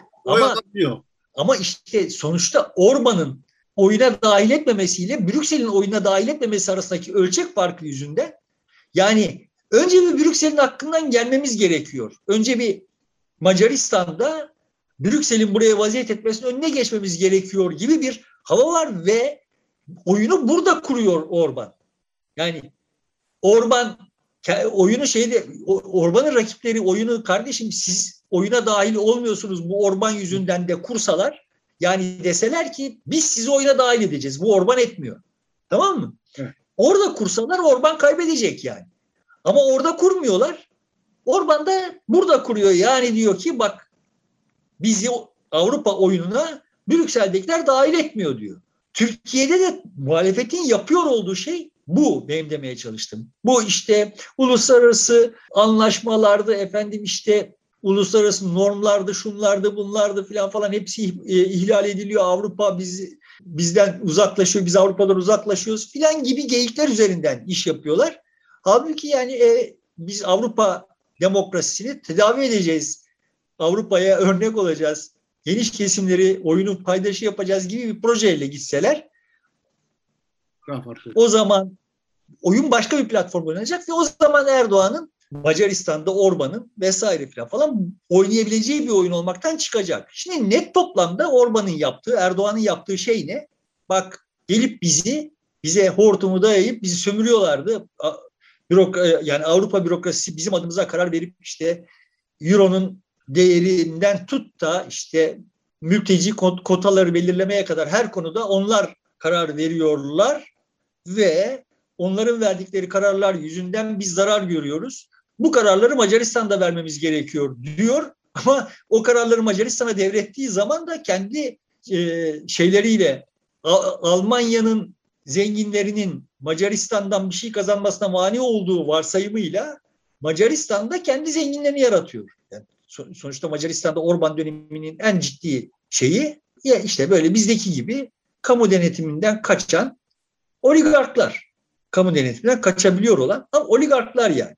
Ama işte sonuçta Orban'ın oyuna dahil etmemesiyle Brüksel'in oyuna dahil etmemesi arasındaki ölçek farkı yüzünden, yani önce bir Brüksel'in hakkından gelmemiz gerekiyor. Önce bir Macaristan'da Brüksel'in buraya vaziyet etmesinin önüne geçmemiz gerekiyor gibi bir hava var ve oyunu burada kuruyor Orban. Yani Orban oyunu Orban'ın rakipleri oyunu, kardeşim siz oyuna dahil olmuyorsunuz bu Orban yüzünden de kursalar, yani deseler ki biz sizi oyuna dahil edeceğiz, bu Orban etmiyor. Tamam mı? Evet. Orada kursalar Orban kaybedecek yani. Ama orada kurmuyorlar. Orban da burada kuruyor. Yani diyor ki bak bizi Avrupa oyununa Brüksel'dekiler dahil etmiyor diyor. Türkiye'de de muhalefetin yapıyor olduğu şey bu, benim demeye çalıştım. Bu işte uluslararası anlaşmalardı, işte uluslararası normlardı, şunlardı, bunlardı falan hepsi ihlal ediliyor. Avrupa bizden uzaklaşıyor, biz Avrupa'dan uzaklaşıyoruz filan gibi geyikler üzerinden iş yapıyorlar. Halbuki yani biz Avrupa demokrasisini tedavi edeceğiz. Avrupa'ya örnek olacağız. Geniş kesimleri oyunun paydaşı yapacağız gibi bir projeyle gitseler, o zaman oyun başka bir platform oynanacak ve o zaman Erdoğan'ın, Macaristan'da Orban'ın vesaire falan oynayabileceği bir oyun olmaktan çıkacak. Şimdi net toplamda Orban'ın yaptığı, Erdoğan'ın yaptığı şey ne? Bak gelip bize hortumu dayayıp bizi sömürüyorlardı. Yani Avrupa bürokrasisi bizim adımıza karar verip işte Euro'nun değerinden tut da işte mülteci kotaları belirlemeye kadar her konuda onlar karar veriyorlar ve onların verdikleri kararlar yüzünden biz zarar görüyoruz. Bu kararları Macaristan'da vermemiz gerekiyor diyor. Ama o kararları Macaristan'a devrettiği zaman da kendi şeyleriyle Almanya'nın zenginlerinin Macaristan'dan bir şey kazanmasına mani olduğu varsayımıyla Macaristan'da kendi zenginlerini yaratıyor. Yani sonuçta Macaristan'da Orban döneminin en ciddi şeyi ya işte böyle bizdeki gibi kamu denetiminden kaçan oligarklar. Kamu denetiminden kaçabiliyor olan ama oligarklar yani.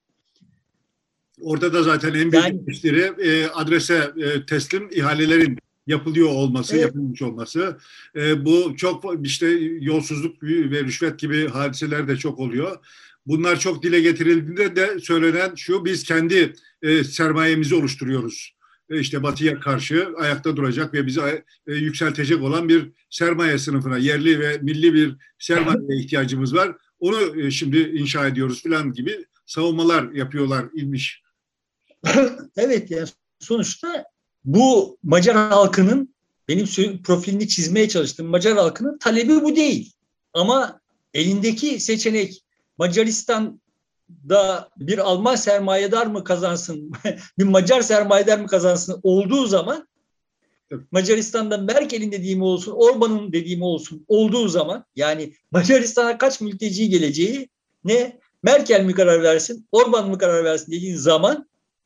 Orada da zaten en büyük müşteri adrese teslim ihalelerin yapılıyor olması, evet, yapılmış olması. Bu çok işte yolsuzluk ve rüşvet gibi hadiseler de çok oluyor. Bunlar çok dile getirildiğinde de söylenen şu: biz kendi sermayemizi oluşturuyoruz. İşte Batı'ya karşı ayakta duracak ve bizi yükseltecek olan bir sermaye sınıfına, yerli ve milli bir sermayeye ihtiyacımız var. Onu şimdi inşa ediyoruz falan gibi savunmalar yapıyorlar ilmiş. Evet, yani sonuçta bu Macar halkının, benim profilini çizmeye çalıştığım Macar halkının talebi bu değil. Ama elindeki seçenek Macaristan'da bir Alman sermayedar mı kazansın, bir Macar sermayedar mı kazansın olduğu zaman, Macaristan'da Merkel'in dediği mi olsun, Orban'ın dediği mi olsun olduğu zaman, yani Macaristan'a kaç mülteci geleceği ne Merkel mi karar versin, Orban mı karar versin dediğin zaman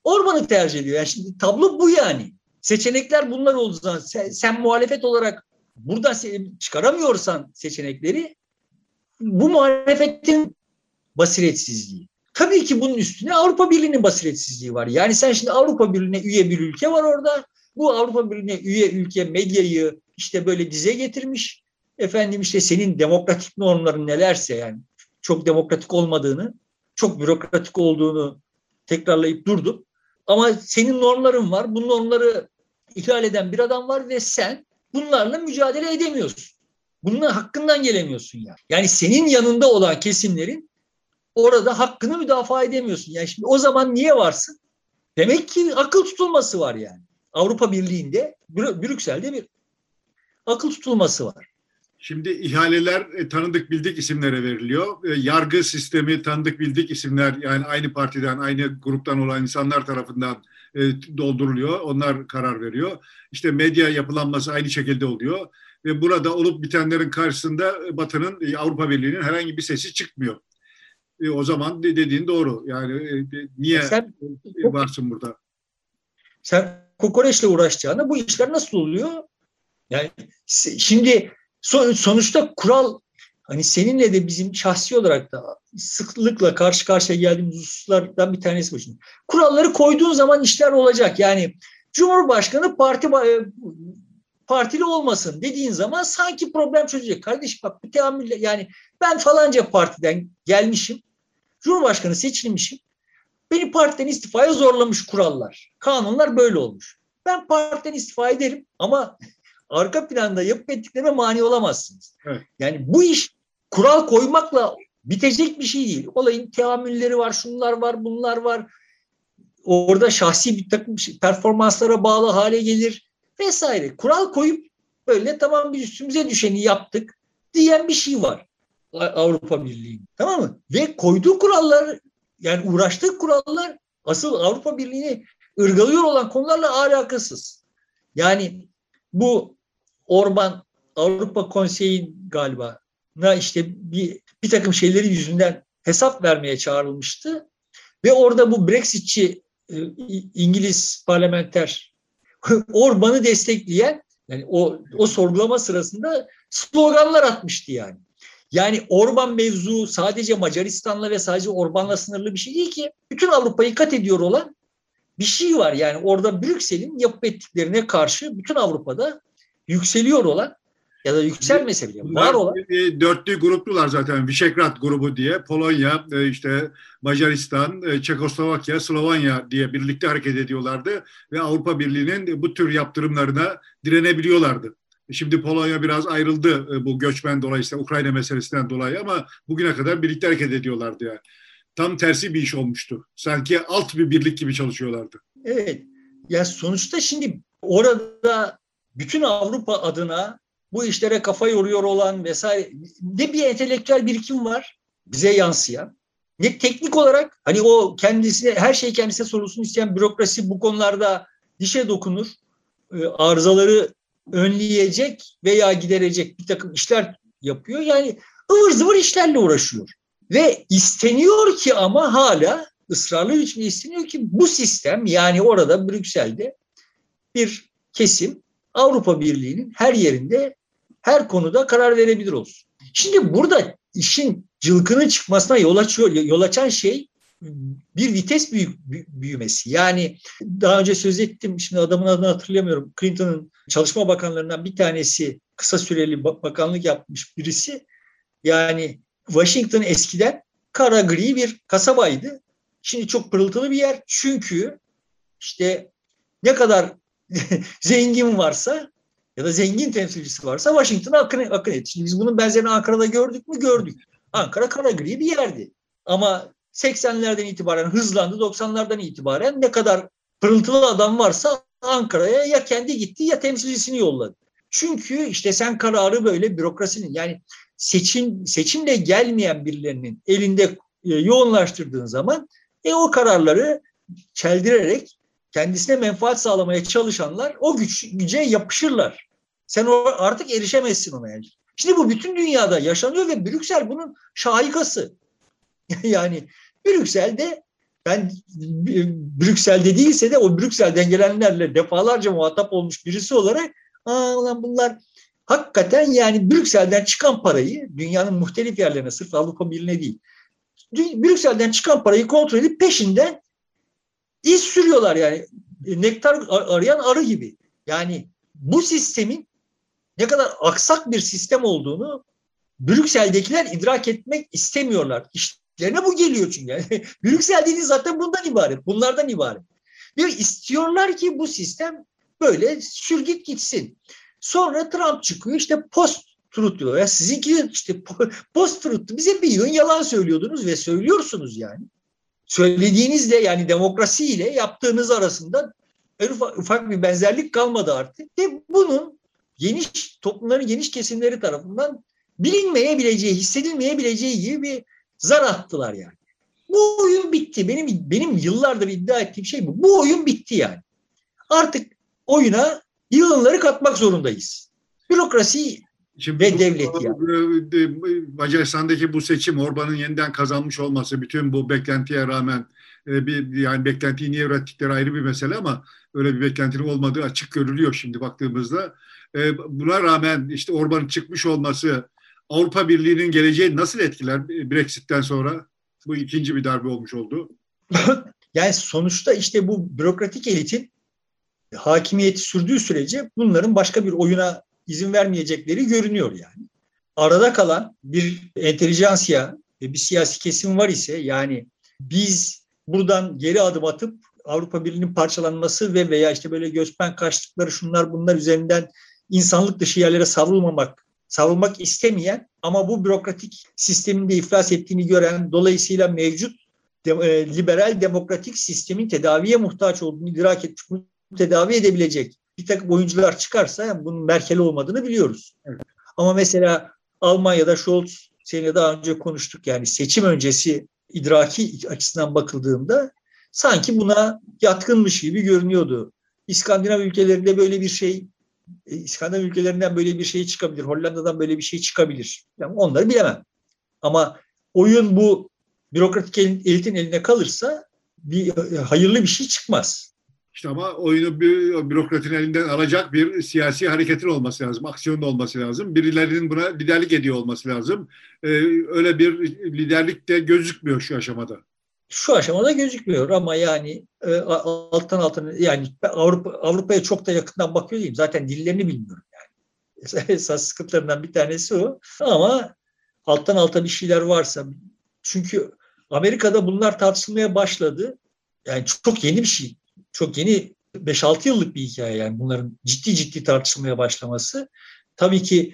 Orban'ı tercih ediyor. Yani şimdi tablo bu yani. Seçenekler bunlar olduğu zaman sen muhalefet olarak buradan çıkaramıyorsan seçenekleri, bu muhalefetin basiretsizliği. Tabii ki bunun üstüne Avrupa Birliği'nin basiretsizliği var. Yani sen şimdi Avrupa Birliği'ne üye bir ülke var orada. Bu Avrupa Birliği'ne üye ülke medyayı işte böyle dize getirmiş. Efendim işte senin demokratik normların nelerse, yani çok demokratik olmadığını, çok bürokratik olduğunu tekrarlayıp durdum. Ama senin normların var. Bu normları ihlal eden bir adam var ve sen bunlarla mücadele edemiyorsun. Bunun hakkından gelemiyorsun yani. Yani senin yanında olan kesimlerin orada hakkını müdafaa edemiyorsun. Yani şimdi o zaman niye varsın? Demek ki akıl tutulması var yani. Avrupa Birliği'nde, Brüksel'de bir akıl tutulması var. Şimdi ihaleler tanıdık bildik isimlere veriliyor. Yargı sistemi tanıdık bildik isimler, yani aynı partiden, aynı gruptan olan insanlar tarafından dolduruluyor. Onlar karar veriyor. İşte medya yapılanması aynı şekilde oluyor. Ve burada olup bitenlerin karşısında Batı'nın, Avrupa Birliği'nin herhangi bir sesi çıkmıyor. O zaman dediğin doğru. Yani niye varsın burada? Sen kokoreçle uğraşacağına bu işler nasıl oluyor? Yani şimdi sonuçta kural, hani seninle de bizim şahsi olarak da sıklıkla karşı karşıya geldiğimiz hususlardan bir tanesi bu. Şimdi kuralları koyduğun zaman işler olacak. Yani Cumhurbaşkanı partili olmasın dediğin zaman sanki problem çözecek. Kardeşim bak, bir teamülle, yani ben falanca partiden gelmişim, Cumhurbaşkanı seçilmişim. Beni partiden istifaya zorlamış kurallar. Kanunlar böyle olmuş. Ben partiden istifa ederim ama arka planda yapıp ettiklerime mani olamazsınız. Evet. Yani bu iş kural koymakla bitecek bir şey değil. Olayın teamülleri var, şunlar var, bunlar var. Orada şahsi bir takım performanslara bağlı hale gelir vesaire. Kural koyup böyle tamam biz üstümüze düşeni yaptık diyen bir şey var Avrupa Birliği. Tamam mı? Ve koyduğu kurallar, yani uğraştığı kurallar asıl Avrupa Birliği'ni ırgalıyor olan konularla alakasız. Yani bu Orban Avrupa Konseyi galiba işte bir takım şeyleri yüzünden hesap vermeye çağrılmıştı ve orada bu Brexitçi İngiliz parlamenter Orban'ı destekleyen, yani o sorgulama sırasında sloganlar atmıştı yani. Yani Orban mevzu sadece Macaristan'la ve sadece Orban'la sınırlı bir şey değil ki. Bütün Avrupa'yı kat ediyor olan bir şey var. Yani orada Brüksel'in yapıp ettiklerine karşı bütün Avrupa'da yükseliyor olan ya da yükselmese bile var olan. Dörtlü gruplular zaten. Visegrad grubu diye. Polonya, işte Macaristan, Çekoslovakya, Slovanya diye birlikte hareket ediyorlardı. Ve Avrupa Birliği'nin bu tür yaptırımlarına direnebiliyorlardı. Şimdi Polonya biraz ayrıldı bu göçmen dolayısıyla, Ukrayna meselesinden dolayı, ama bugüne kadar birlikte hareket ediyorlardı yani. Tam tersi bir iş olmuştu. Sanki alt bir birlik gibi çalışıyorlardı. Evet. Ya sonuçta şimdi orada bütün Avrupa adına bu işlere kafa yoruyor olan vesaire ne bir entelektüel birikim var bize yansıyan, ne teknik olarak hani o kendisine her şey kendisine sorulsun isteyen bürokrasi bu konularda dişe dokunur, arızaları önleyecek veya giderecek bir takım işler yapıyor. Yani ıvır zıvır işlerle uğraşıyor. Ve isteniyor ki, ama hala ısrarlı biçimde isteniyor ki bu sistem, yani orada Brüksel'de bir kesim Avrupa Birliği'nin her yerinde her konuda karar verebilir olsun. Şimdi burada işin cılkının çıkmasına yol açan şey bir vites büyümesi. Yani daha önce söz ettim, şimdi adamın adını hatırlamıyorum. Clinton'ın çalışma bakanlarından bir tanesi, kısa süreli bakanlık yapmış birisi. Yani Washington eskiden kara gri bir kasabaydı. Şimdi çok pırıltılı bir yer. Çünkü işte ne kadar zengin varsa ya da zengin temsilcisi varsa Washington'a akın etti. Şimdi biz bunun benzerini Ankara'da gördük mü? Gördük. Ankara kara gri bir yerdi. Ama 80'lerden itibaren hızlandı. 90'lardan itibaren ne kadar pırıltılı adam varsa Ankara'ya ya kendi gitti ya temsilcisini yolladı. Çünkü işte sen kararı böyle bürokrasinin, yani seçimle gelmeyen birilerinin elinde yoğunlaştırdığın zaman o kararları çeldirerek kendisine menfaat sağlamaya çalışanlar o güce yapışırlar. Sen artık erişemezsin ona yani. Şimdi bu bütün dünyada yaşanıyor ve Brüksel bunun şahikası. Yani Brüksel'de ben Brüksel'de değilse de o Brüksel'den gelenlerle defalarca muhatap olmuş birisi olarak ulan bunlar hakikaten yani Brüksel'den çıkan parayı dünyanın muhtelif yerlerine sırf Avrupa Birliği'ne değil Brüksel'den çıkan parayı kontrol edip peşinden iz sürüyorlar yani nektar arayan arı gibi. Yani bu sistemin ne kadar aksak bir sistem olduğunu Brüksel'dekiler idrak etmek istemiyorlar. İşlerine bu geliyor çünkü. Yani Brüksel dediği zaten bundan ibaret. Bunlardan ibaret. Ve istiyorlar ki bu sistem böyle sürgüt gitsin. Sonra Trump çıkıyor işte post-truth diyor. Ya sizinki işte post-truth'tu. Bize bir yığın yalan söylüyordunuz ve söylüyorsunuz yani. Söylediğinizle yani demokrasiyle yaptığınız arasında ufak bir benzerlik kalmadı artık. Ve bunun toplumların geniş kesimleri tarafından bilinmeyebileceği, hissedilmeyebileceği gibi bir zar attılar yani. Bu oyun bitti. Benim yıllardır iddia ettiğim şey bu. Bu oyun bitti yani. Artık oyuna yığınları katmak zorundayız. Bürokrasi ve devlet yani. Macaristan'daki bu seçim, Orban'ın yeniden kazanmış olması, bütün bu beklentiye rağmen yani beklentiyi niye ürettikleri ayrı bir mesele ama öyle bir beklentinin olmadığı açık görülüyor şimdi baktığımızda. Buna rağmen işte Orban'ın çıkmış olması Avrupa Birliği'nin geleceği nasıl etkiler Brexit'ten sonra? Bu ikinci bir darbe olmuş oldu. Yani sonuçta işte bu bürokratik elitin hakimiyeti sürdüğü sürece bunların başka bir oyuna izin vermeyecekleri görünüyor yani. Arada kalan bir entelijansiya ve bir siyasi kesim var ise yani biz buradan geri adım atıp Avrupa Birliği'nin parçalanması ve veya işte böyle göçmen karşıtlıkları şunlar bunlar üzerinden insanlık dışı yerlere savrulmak istemeyen ama bu bürokratik sistemin de iflas ettiğini gören dolayısıyla mevcut liberal demokratik sistemin tedaviye muhtaç olduğunu idrak etmiş, bunu tedavi edebilecek bir takım oyuncular çıkarsa yani bunun Merkel olmadığını biliyoruz. Evet. Ama mesela Almanya'da Scholz seninle daha önce konuştuk yani seçim öncesi idraki açısından bakıldığında sanki buna yatkınmış gibi görünüyordu. İskandinav ülkelerinde böyle bir şey, İskandinav ülkelerinden böyle bir şey çıkabilir, Hollanda'dan böyle bir şey çıkabilir. Yani onları bilemem. Ama oyun bu bürokratik elitin eline kalırsa hayırlı bir şey çıkmaz. İşte ama oyunu bürokratın elinden alacak bir siyasi hareketin olması lazım, aksiyonun olması lazım. Birilerinin buna liderlik ediyor olması lazım. Öyle bir liderlik de gözükmüyor şu aşamada. Şu aşamada gözükmüyor ama yani alttan altına yani Avrupa'ya çok da yakından bakıyor değilim. Zaten dillerini bilmiyorum yani. Esas sıkıntılarından bir tanesi o. Ama alttan alta bir şeyler varsa çünkü Amerika'da bunlar tartışılmaya başladı. Yani çok yeni bir şey. Çok yeni 5-6 yıllık bir hikaye yani bunların ciddi tartışılmaya başlaması. Tabii ki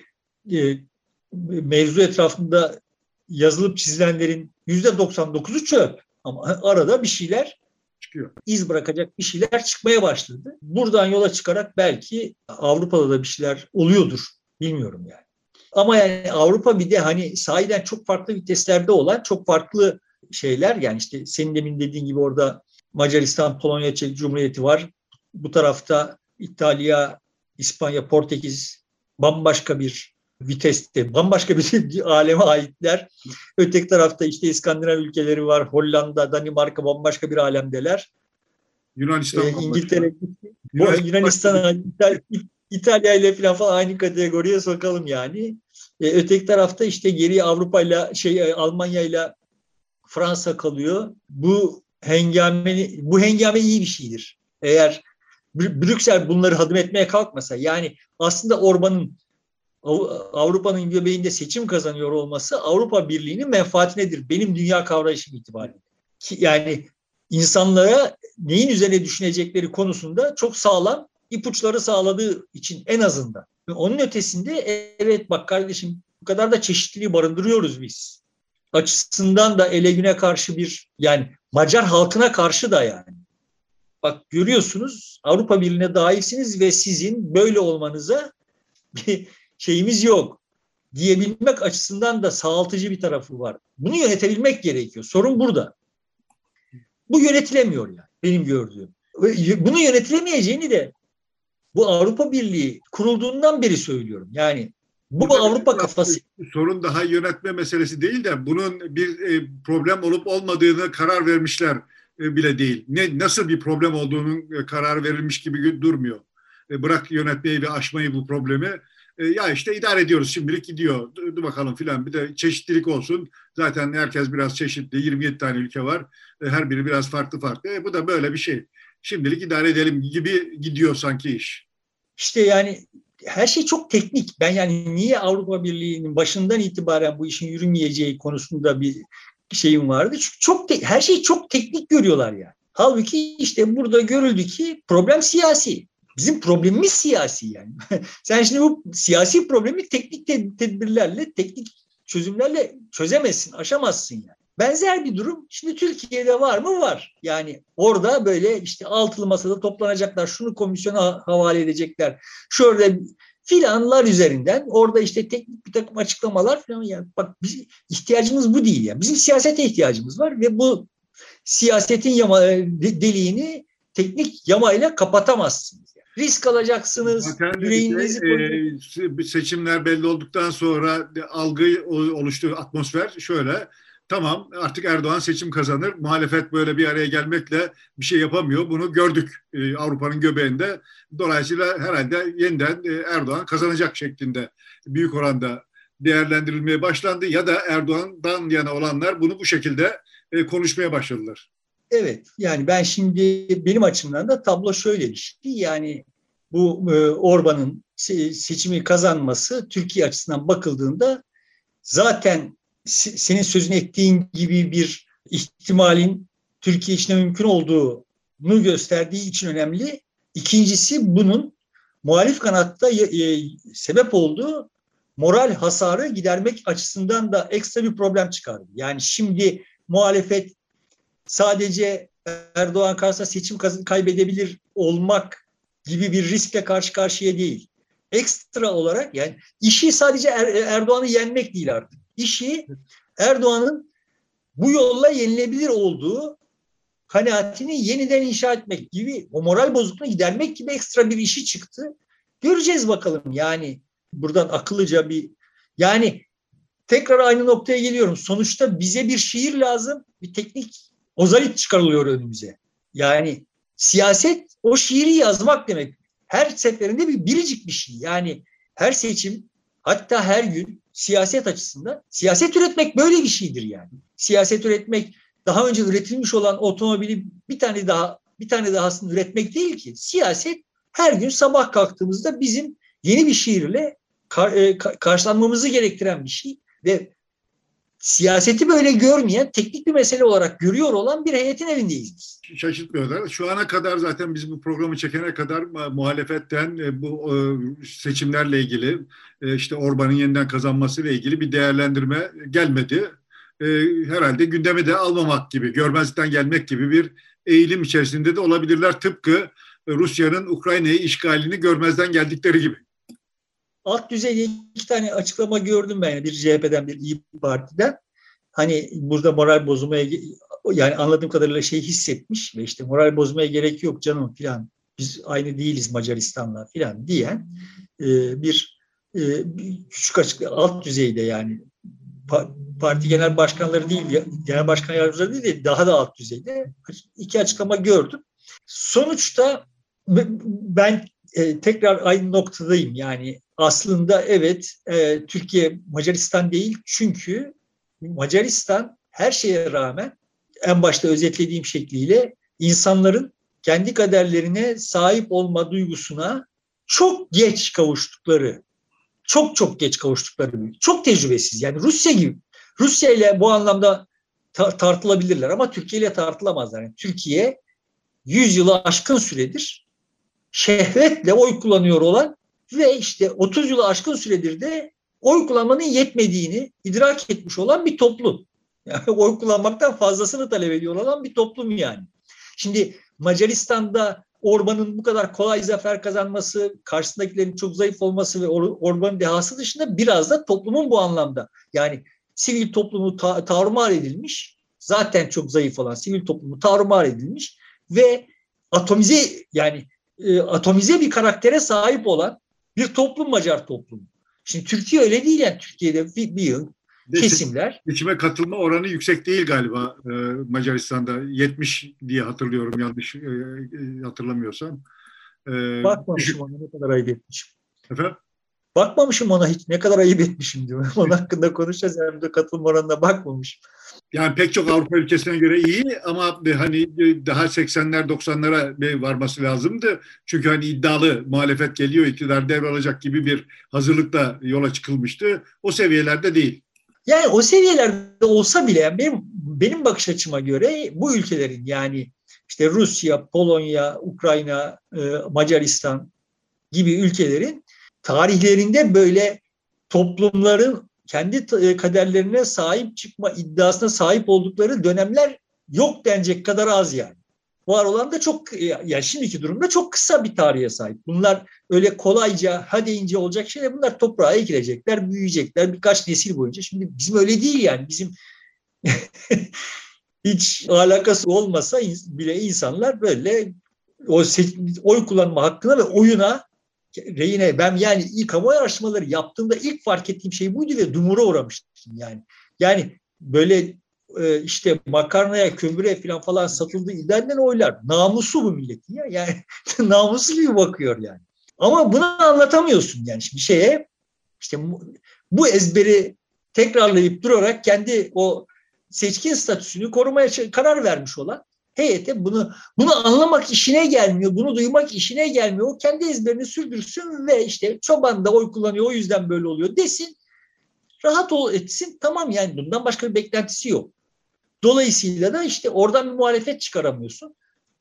mevzu etrafında yazılıp çizilenlerin %99'u çöp. Ama arada bir şeyler çıkıyor. İz bırakacak bir şeyler çıkmaya başladı. Buradan yola çıkarak belki Avrupa'da da bir şeyler oluyordur. Bilmiyorum yani. Ama yani Avrupa bir de hani sahiden çok farklı viteslerde olan çok farklı şeyler. Yani işte senin demin dediğin gibi orada Macaristan, Polonya, Çek Cumhuriyeti var. Bu tarafta İtalya, İspanya, Portekiz bambaşka bir viteste, bambaşka bir aleme aitler. Öteki tarafta işte İskandinav ülkeleri var. Hollanda, Danimarka bambaşka bir alemdeler. Yunanistan İngiltere, Yunanistan, İtalya ile falan aynı kategoriye sokalım yani. Öteki tarafta işte geriye Avrupa ile Almanya ile Fransa kalıyor. Bu hengame iyi bir şeydir. Eğer Brüksel bunları hadım etmeye kalkmasa yani aslında Orban'ın Avrupa'nın göbeğinde seçim kazanıyor olması Avrupa Birliği'nin menfaatinedir. Benim dünya kavrayışım itibariyle. Yani insanlara neyin üzerine düşünecekleri konusunda çok sağlam ipuçları sağladığı için en azından. Onun ötesinde evet bak kardeşim bu kadar da çeşitliliği barındırıyoruz biz. Açısından da ele güne karşı yani Macar halkına karşı da yani. Bak görüyorsunuz Avrupa Birliği'ne dahilsiniz ve sizin böyle olmanıza bir şeyimiz yok diyebilmek açısından da sağaltıcı bir tarafı var. Bunu yönetebilmek gerekiyor. Sorun burada. Bu yönetilemiyor yani benim gördüğüm. Bunu yönetilemeyeceğini de bu Avrupa Birliği kurulduğundan beri söylüyorum. Yani bu burada Avrupa kafası. Sorun daha yönetme meselesi değil de bunun bir problem olup olmadığını karar vermişler. bile değil. Nasıl bir problem olduğunun karar verilmiş gibi durmuyor. Bırak yönetmeyi ve aşmayı bu problemi. Ya işte idare ediyoruz, şimdilik gidiyor. Dur bakalım filan. Bir de çeşitlilik olsun. Zaten herkes biraz çeşitli. 27 tane ülke var. Her biri biraz farklı farklı. Bu da böyle bir şey. Şimdilik idare edelim gibi gidiyor sanki iş. İşte yani her şey çok teknik. Ben yani niye Avrupa Birliği'nin başından itibaren bu işin yürümeyeceği konusunda bir şeyim vardı. Çünkü her şeyi çok teknik görüyorlar yani. Halbuki işte burada görüldü ki problem siyasi. Bizim problemimiz siyasi yani. Sen şimdi bu siyasi problemi teknik tedbirlerle, teknik çözümlerle çözemezsin, aşamazsın yani. Benzer bir durum şimdi Türkiye'de var mı? Var. Yani orada böyle işte altılı masada toplanacaklar, şunu komisyona havale edecekler. Şöyle filanlar üzerinden orada işte teknik bir takım açıklamalar falan, yani bak ihtiyacımız bu değil yani. Bizim siyasete ihtiyacımız var ve bu siyasetin deliğini teknik yamayla kapatamazsınız. Yani. Risk alacaksınız, Zaten yüreğinizi seçimler belli olduktan sonra algı oluştu, atmosfer şöyle. Tamam, artık Erdoğan seçim kazanır. Muhalefet böyle bir araya gelmekle bir şey yapamıyor. Bunu gördük Avrupa'nın göbeğinde. Dolayısıyla herhalde yeniden Erdoğan kazanacak şeklinde büyük oranda değerlendirilmeye başlandı. Ya da Erdoğan'dan yana olanlar bunu bu şekilde konuşmaya başladılar. Evet, yani ben şimdi benim açımdan da tablo şöyle bir şey. Yani bu Orban'ın seçimi kazanması Türkiye açısından bakıldığında zaten senin sözünü ettiğin gibi bir ihtimalin Türkiye için mümkün olduğunu gösterdiği için önemli. İkincisi bunun muhalif kanatta sebep olduğu moral hasarı gidermek açısından da ekstra bir problem çıkardı. Yani şimdi muhalefet sadece Erdoğan karşısında seçim kaybedebilir olmak gibi bir riskle karşı karşıya değil. Ekstra olarak yani işi sadece Erdoğan'ı yenmek değil artık. İşi Erdoğan'ın bu yolla yenilebilir olduğu kanaatini yeniden inşa etmek gibi, o moral bozukluğunu gidermek gibi ekstra bir işi çıktı. Göreceğiz bakalım yani buradan akıllıca bir, yani tekrar aynı noktaya geliyorum. Sonuçta bize bir şiir lazım, bir teknik ozalit çıkarılıyor önümüze. Yani siyaset o şiiri yazmak demek. Her seferinde bir biricik bir şey. Yani her seçim, hatta her gün siyaset açısından siyaset üretmek böyle bir şeydir yani. Siyaset üretmek daha önce üretilmiş olan otomobili bir tane dahasını üretmek değil ki. Siyaset her gün sabah kalktığımızda bizim yeni bir şiirle karşılanmamızı gerektiren bir şey ve siyaseti böyle görmeyen, teknik bir mesele olarak görüyor olan bir heyetin elindeyiz biz. Şaşırtmıyorlar. Şu ana kadar zaten biz bu programı çekene kadar muhalefetten bu seçimlerle ilgili işte Orban'ın yeniden kazanmasıyla ilgili bir değerlendirme gelmedi. Herhalde gündeme de almamak gibi, görmezlikten gelmek gibi bir eğilim içerisinde de olabilirler. Tıpkı Rusya'nın Ukrayna'yı işgalini görmezden geldikleri gibi. Alt düzeyde iki tane açıklama gördüm ben. Bir CHP'den, bir İYİ Parti'den. Hani burada moral bozmaya, yani anladığım kadarıyla hissetmiş ve işte moral bozmaya gerek yok canım filan. Biz aynı değiliz Macaristan'la filan diyen bir küçük açıklama, alt düzeyde yani parti genel başkanları değil, genel başkan yardımcıları değil de daha da alt düzeyde iki açıklama gördüm. Sonuçta ben tekrar aynı noktadayım. Yani aslında evet, Türkiye Macaristan değil, çünkü Macaristan her şeye rağmen en başta özetlediğim şekliyle insanların kendi kaderlerine sahip olma duygusuna çok geç kavuştukları, çok geç kavuştukları, çok tecrübesiz. Yani Rusya gibi. Rusya ile bu anlamda tartılabilirler ama Türkiye ile tartılamazlar. Yani Türkiye 100 yılı aşkın süredir şehvetle oy kullanıyor olan ve işte 30 yılı aşkın süredir de oy kullanmanın yetmediğini idrak etmiş olan bir toplum. Yani oy kullanmaktan fazlasını talep ediyor olan bir toplum yani. Şimdi Macaristan'da Orban'ın bu kadar kolay zafer kazanması, karşısındakilerin çok zayıf olması ve Orban'ın dehası dışında biraz da toplumun bu anlamda, yani sivil toplumu tarumar edilmiş, zaten çok zayıf olan sivil toplumu tarumar edilmiş ve atomize bir karaktere sahip olan bir toplum Macar toplumu. Şimdi Türkiye öyle değil yani. Türkiye'de bir yıl kesimler. Seçime katılma oranı yüksek değil galiba Macaristan'da. 70 diye hatırlıyorum, yanlış hatırlamıyorsam. Bakmamışım Düşük. ona, ne kadar ayıp etmişim. Efendim? Bakmamışım ona hiç, ne kadar ayıp etmişim diyor. Onun hakkında konuşacağız, hem de katılım oranına bakmamışım. Yani pek çok Avrupa ülkesine göre iyi ama hani daha 80'ler 90'lara varması lazımdı. Çünkü hani iddialı muhalefet geliyor, iktidar devralacak gibi bir hazırlıkla yola çıkılmıştı. O seviyelerde değil. Yani o seviyelerde olsa bile, yani benim bakış açıma göre bu ülkelerin, yani işte Rusya, Polonya, Ukrayna, Macaristan gibi ülkelerin tarihlerinde böyle toplumların kendi kaderlerine sahip çıkma iddiasına sahip oldukları dönemler yok denecek kadar az yani. Var olan da çok, yani şimdiki durumda çok kısa bir tarihe sahip. Bunlar öyle kolayca ha deyince olacak şeyler. Bunlar toprağa ekilecekler, büyüyecekler birkaç nesil boyunca. Şimdi bizim öyle değil yani. Bizim hiç alakası olmasa bile insanlar böyle oy kullanma hakkına ve oyuna rehine, ben yani ilk kamuoyu araştırmaları yaptığımda ilk fark ettiğim şey buydu ve dumura uğramıştım yani. Yani böyle işte makarnaya, kömüre falan satıldığı iddia edilen oylar. Namusu bu milletin ya. Yani namusu gibi bakıyor yani. Ama bunu anlatamıyorsun yani şimdi şeye, işte bu ezberi tekrarlayıp durarak kendi o seçkin statüsünü korumaya karar vermiş olan heyete bunu anlamak işine gelmiyor, bunu duymak işine gelmiyor. O kendi ezberini sürdürsün ve işte çoban da oy kullanıyor, o yüzden böyle oluyor desin. Rahat etsin, tamam, yani bundan başka bir beklentisi yok. Dolayısıyla da işte oradan bir muhalefet çıkaramıyorsun.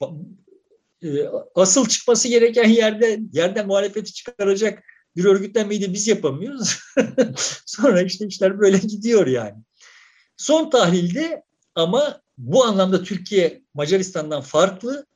Asıl çıkması gereken yerden muhalefeti çıkaracak bir örgütlenmeyi de biz yapamıyoruz. Sonra işte işler böyle gidiyor yani. Son tahlilde ama bu anlamda Türkiye Macaristan'dan farklı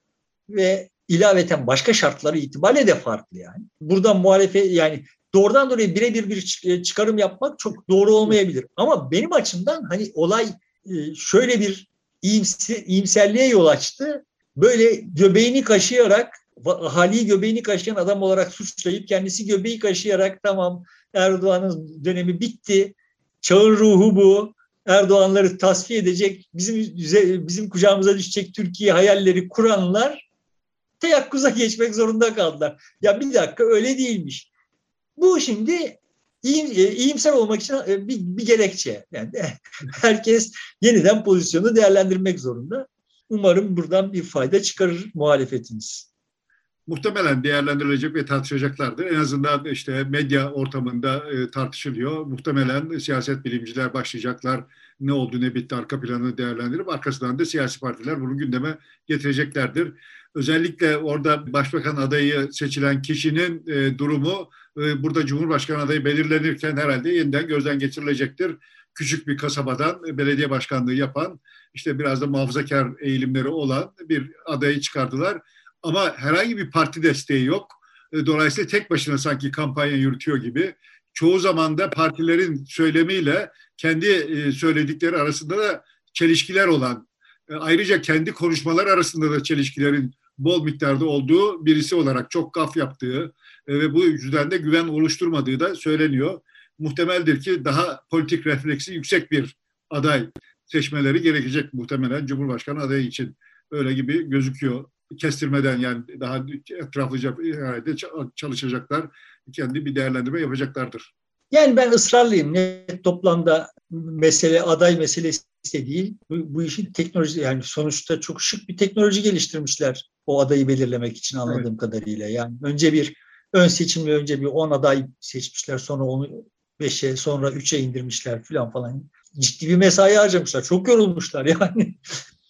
ve ilaveten başka şartları itibariyle de farklı yani. Buradan muhalefet, yani doğrudan doğruya birebir bir çıkarım yapmak çok doğru olmayabilir. Ama benim açımdan hani olay şöyle bir iyimserliğe yol açtı. Böyle göbeğini kaşıyarak, hali göbeğini kaşıyan adam olarak suçlayıp kendisi göbeği kaşıyarak tamam Erdoğan'ın dönemi bitti, çağın ruhu bu, Erdoğan'ları tasfiye edecek, bizim kucağımıza düşecek Türkiye hayalleri kuranlar teyakkuza geçmek zorunda kaldılar. Ya bir dakika, öyle değilmiş. Bu şimdi iyimser olmak için bir gerekçe. Yani herkes yeniden pozisyonu değerlendirmek zorunda. Umarım buradan bir fayda çıkarır muhalefetimiz. Muhtemelen değerlendirilecek ve tartışacaklardır. En azından işte medya ortamında tartışılıyor. Muhtemelen siyaset bilimciler başlayacaklar. Ne oldu ne bitti arka planını değerlendirip arkasından da siyasi partiler bunu gündeme getireceklerdir. Özellikle orada başbakan adayı seçilen kişinin durumu burada Cumhurbaşkanı adayı belirlenirken herhalde yeniden gözden geçirilecektir. Küçük bir kasabadan belediye başkanlığı yapan, işte biraz da muhafazakar eğilimleri olan bir adayı çıkardılar. Ama herhangi bir parti desteği yok. Dolayısıyla tek başına sanki kampanya yürütüyor gibi. Çoğu zaman da partilerin söylemiyle kendi söyledikleri arasında da çelişkiler olan, ayrıca kendi konuşmalar arasında da çelişkilerin bol miktarda olduğu birisi olarak çok gaf yaptığı ve bu yüzden de güven oluşturmadığı da söyleniyor. Muhtemeldir ki daha politik refleksi yüksek bir aday seçmeleri gerekecek muhtemelen Cumhurbaşkanı adayı için. Öyle gibi gözüküyor. Kestirmeden, yani daha etraflıca herhalde çalışacaklar. Kendi bir değerlendirme yapacaklardır. Yani ben ısrarlıyım. Net toplamda mesele aday meselesi de değil. Bu işin teknoloji, yani sonuçta çok şık bir teknoloji geliştirmişler o adayı belirlemek için anladığım kadarıyla. Yani önce ön seçimle önce bir 10 aday seçmişler, sonra onu 5'e, sonra 3'e indirmişler falan. Ciddi bir mesai harcamışlar. Çok yorulmuşlar yani.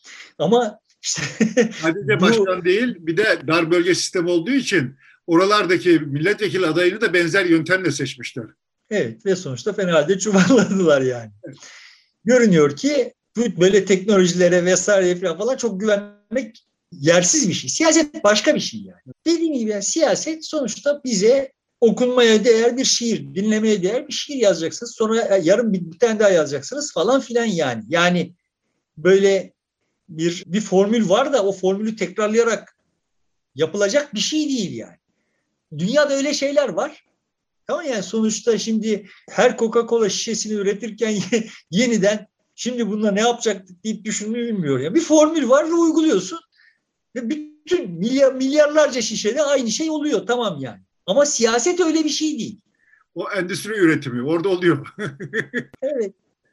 Ama İşte sadece başkan değil, bir de dar bölge sistemi olduğu için oralardaki milletvekili adayını da benzer yöntemle seçmişler. Evet, ve sonuçta fena halde çuvalladılar yani. Görünüyor ki böyle teknolojilere vesaire falan çok güvenmek yersiz bir şey. Siyaset başka bir şey yani. Dediğim gibi yani siyaset sonuçta bize okunmaya değer bir şiir, dinlemeye değer bir şiir yazacaksınız. Sonra yarın bir tane daha yazacaksınız falan filan yani. Yani böyle bir formül var da o formülü tekrarlayarak yapılacak bir şey değil yani. Dünyada öyle şeyler var. Ama yani sonuçta şimdi her Coca-Cola şişesini üretirken yeniden şimdi bununla ne yapacaktık deyip düşünmeyi bilmiyor. Yani bir formül var ve uyguluyorsun. Ve bütün milyarlarca şişede aynı şey oluyor. Tamam yani. Ama siyaset öyle bir şey değil. O endüstri üretimi orada oluyor. Evet.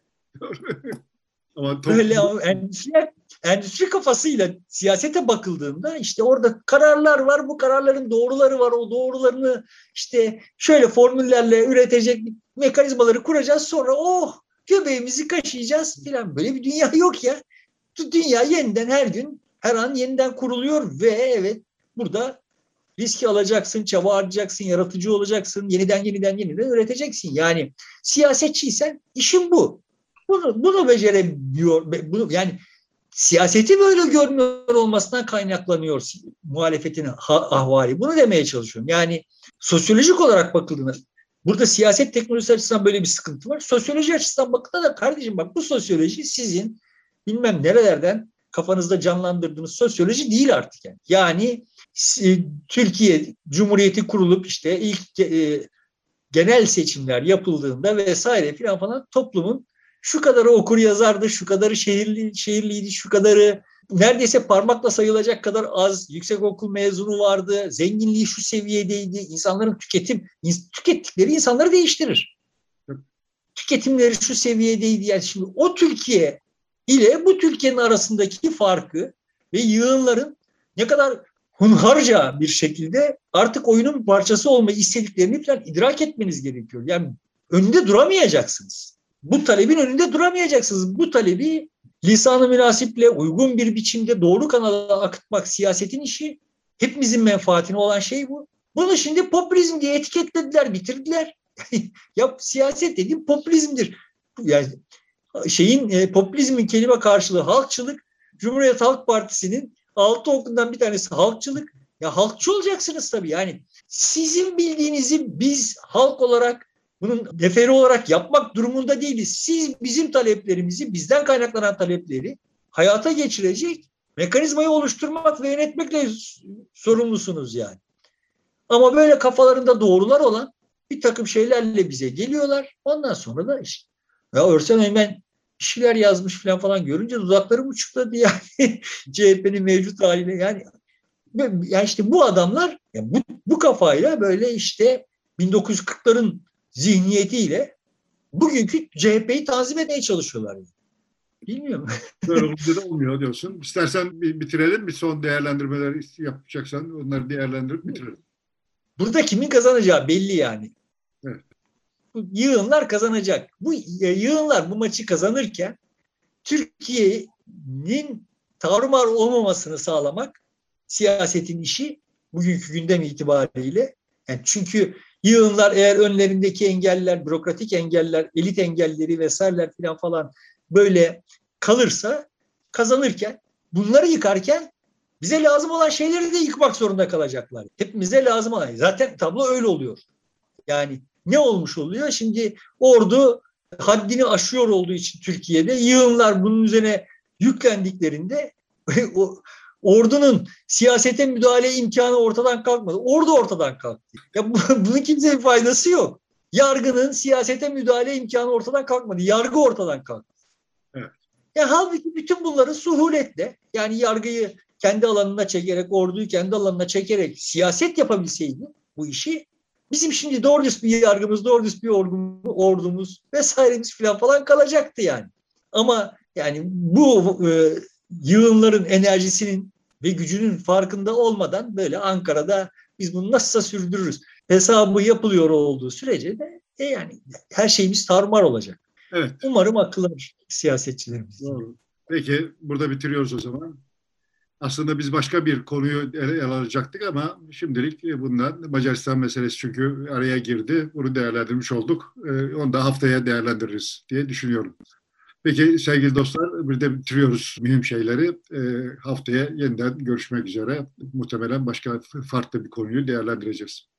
Ama Böyle endüstri kafasıyla siyasete bakıldığında işte orada kararlar var, bu kararların doğruları var, o doğrularını işte şöyle formüllerle üretecek mekanizmaları kuracağız, sonra göbeğimizi kaşıyacağız filan, böyle bir dünya yok ya. Dünya yeniden her gün, her an yeniden kuruluyor ve evet, burada riski alacaksın, çaba harcayacaksın, yaratıcı olacaksın, yeniden üreteceksin. Yani siyasetçiysen işin bu. Bunu beceremiyor. Yani siyaseti böyle görmüyor olmasından kaynaklanıyor muhalefetin ahvali. Bunu demeye çalışıyorum. Yani sosyolojik olarak bakıldığında burada siyaset teknolojisi açısından böyle bir sıkıntı var. Sosyoloji açısından bakıldığında da kardeşim bak, bu sosyoloji sizin bilmem nerelerden kafanızda canlandırdığınız sosyoloji değil artık yani. Yani Türkiye Cumhuriyeti kurulup işte ilk genel seçimler yapıldığında vesaire filan falan, toplumun şu kadarı okur yazardı, şu kadarı şehirliydi, şu kadarı neredeyse parmakla sayılacak kadar az yüksekokul mezunu vardı, zenginliği şu seviyedeydi. İnsanların tükettikleri insanları değiştirir. Tüketimleri şu seviyedeydi. Yani şimdi o Türkiye ile bu Türkiye'nin arasındaki farkı ve yığınların ne kadar hunharca bir şekilde artık oyunun parçası olmayı istediklerini falan idrak etmeniz gerekiyor. Yani önünde duramayacaksınız. Bu talebin önünde duramayacaksınız. Bu talebi lisan-ı münasiple uygun bir biçimde doğru kanala akıtmak siyasetin işi. Hepimizin menfaatine olan şey bu. Bunu şimdi popülizm diye etiketlediler, bitirdiler. Ya siyaset dediğim popülizmdir. Yani popülizmin kelime karşılığı halkçılık. Cumhuriyet Halk Partisi'nin 6 okundan bir tanesi halkçılık. Ya halkçı olacaksınız tabii. Yani sizin bildiğinizi biz halk olarak bunun neferi olarak yapmak durumunda değiliz. Siz bizim taleplerimizi, bizden kaynaklanan talepleri hayata geçirecek mekanizmayı oluşturmak ve yönetmekle sorumlusunuz yani. Ama böyle kafalarında doğrular olan bir takım şeylerle bize geliyorlar. Ondan sonra da işte ya Örsen Öğmen bir şeyler yazmış falan görünce dudaklarım uçukladı yani. CHP'nin mevcut haliyle yani işte bu adamlar yani bu kafayla böyle işte 1940'ların zihniyetiyle bugünkü CHP'yi tanzim etmeye çalışıyorlar. Yani. Bilmiyorum. Böyle olunca da olmuyor diyorsun. İstersen bitirelim. Bir son değerlendirmeler yapacaksan onları değerlendirip bitirelim. Burada kimin kazanacağı belli yani. Evet. Bu yığınlar kazanacak. Bu yığınlar bu maçı kazanırken Türkiye'nin tarumar olmamasını sağlamak siyasetin işi bugünkü gündem itibariyle. Yani çünkü yığınlar eğer önlerindeki engeller, bürokratik engeller, elit engelleri vesaireler falan böyle kalırsa, kazanırken, bunları yıkarken bize lazım olan şeyleri de yıkmak zorunda kalacaklar. Hepimize lazım olan. Zaten tablo öyle oluyor. Yani ne olmuş oluyor? Şimdi ordu haddini aşıyor olduğu için Türkiye'de yığınlar bunun üzerine yüklendiklerinde ordunun siyasete müdahale imkanı ortadan kalkmadı. Ordu ortadan kalktı. Ya bunun kimseye faydası yok. Yargının siyasete müdahale imkanı ortadan kalkmadı. Yargı ortadan kalktı. Evet. Ya halbuki bütün bunları suhuletle, yani yargıyı kendi alanına çekerek, orduyu kendi alanına çekerek siyaset yapabilseydi bu işi, bizim şimdi doğru düz bir yargımız, doğru düz bir ordumuz vesairemiz falan kalacaktı yani. Ama yani bu yığınların enerjisinin ve gücünün farkında olmadan böyle Ankara'da biz bunu nasılsa sürdürürüz hesabı yapılıyor olduğu sürece de yani her şeyimiz tarumar olacak. Evet. Umarım akıllanır siyasetçilerimiz. Doğru. Peki burada bitiriyoruz o zaman. Aslında biz başka bir konuyu ele alacaktık ama şimdilik bundan Macaristan meselesi çünkü araya girdi. Bunu değerlendirmiş olduk. Onu da haftaya değerlendiririz diye düşünüyorum. Peki sevgili dostlar, bir de bitiriyoruz mühim şeyleri. Haftaya yeniden görüşmek üzere. Muhtemelen başka farklı bir konuyu değerlendireceğiz.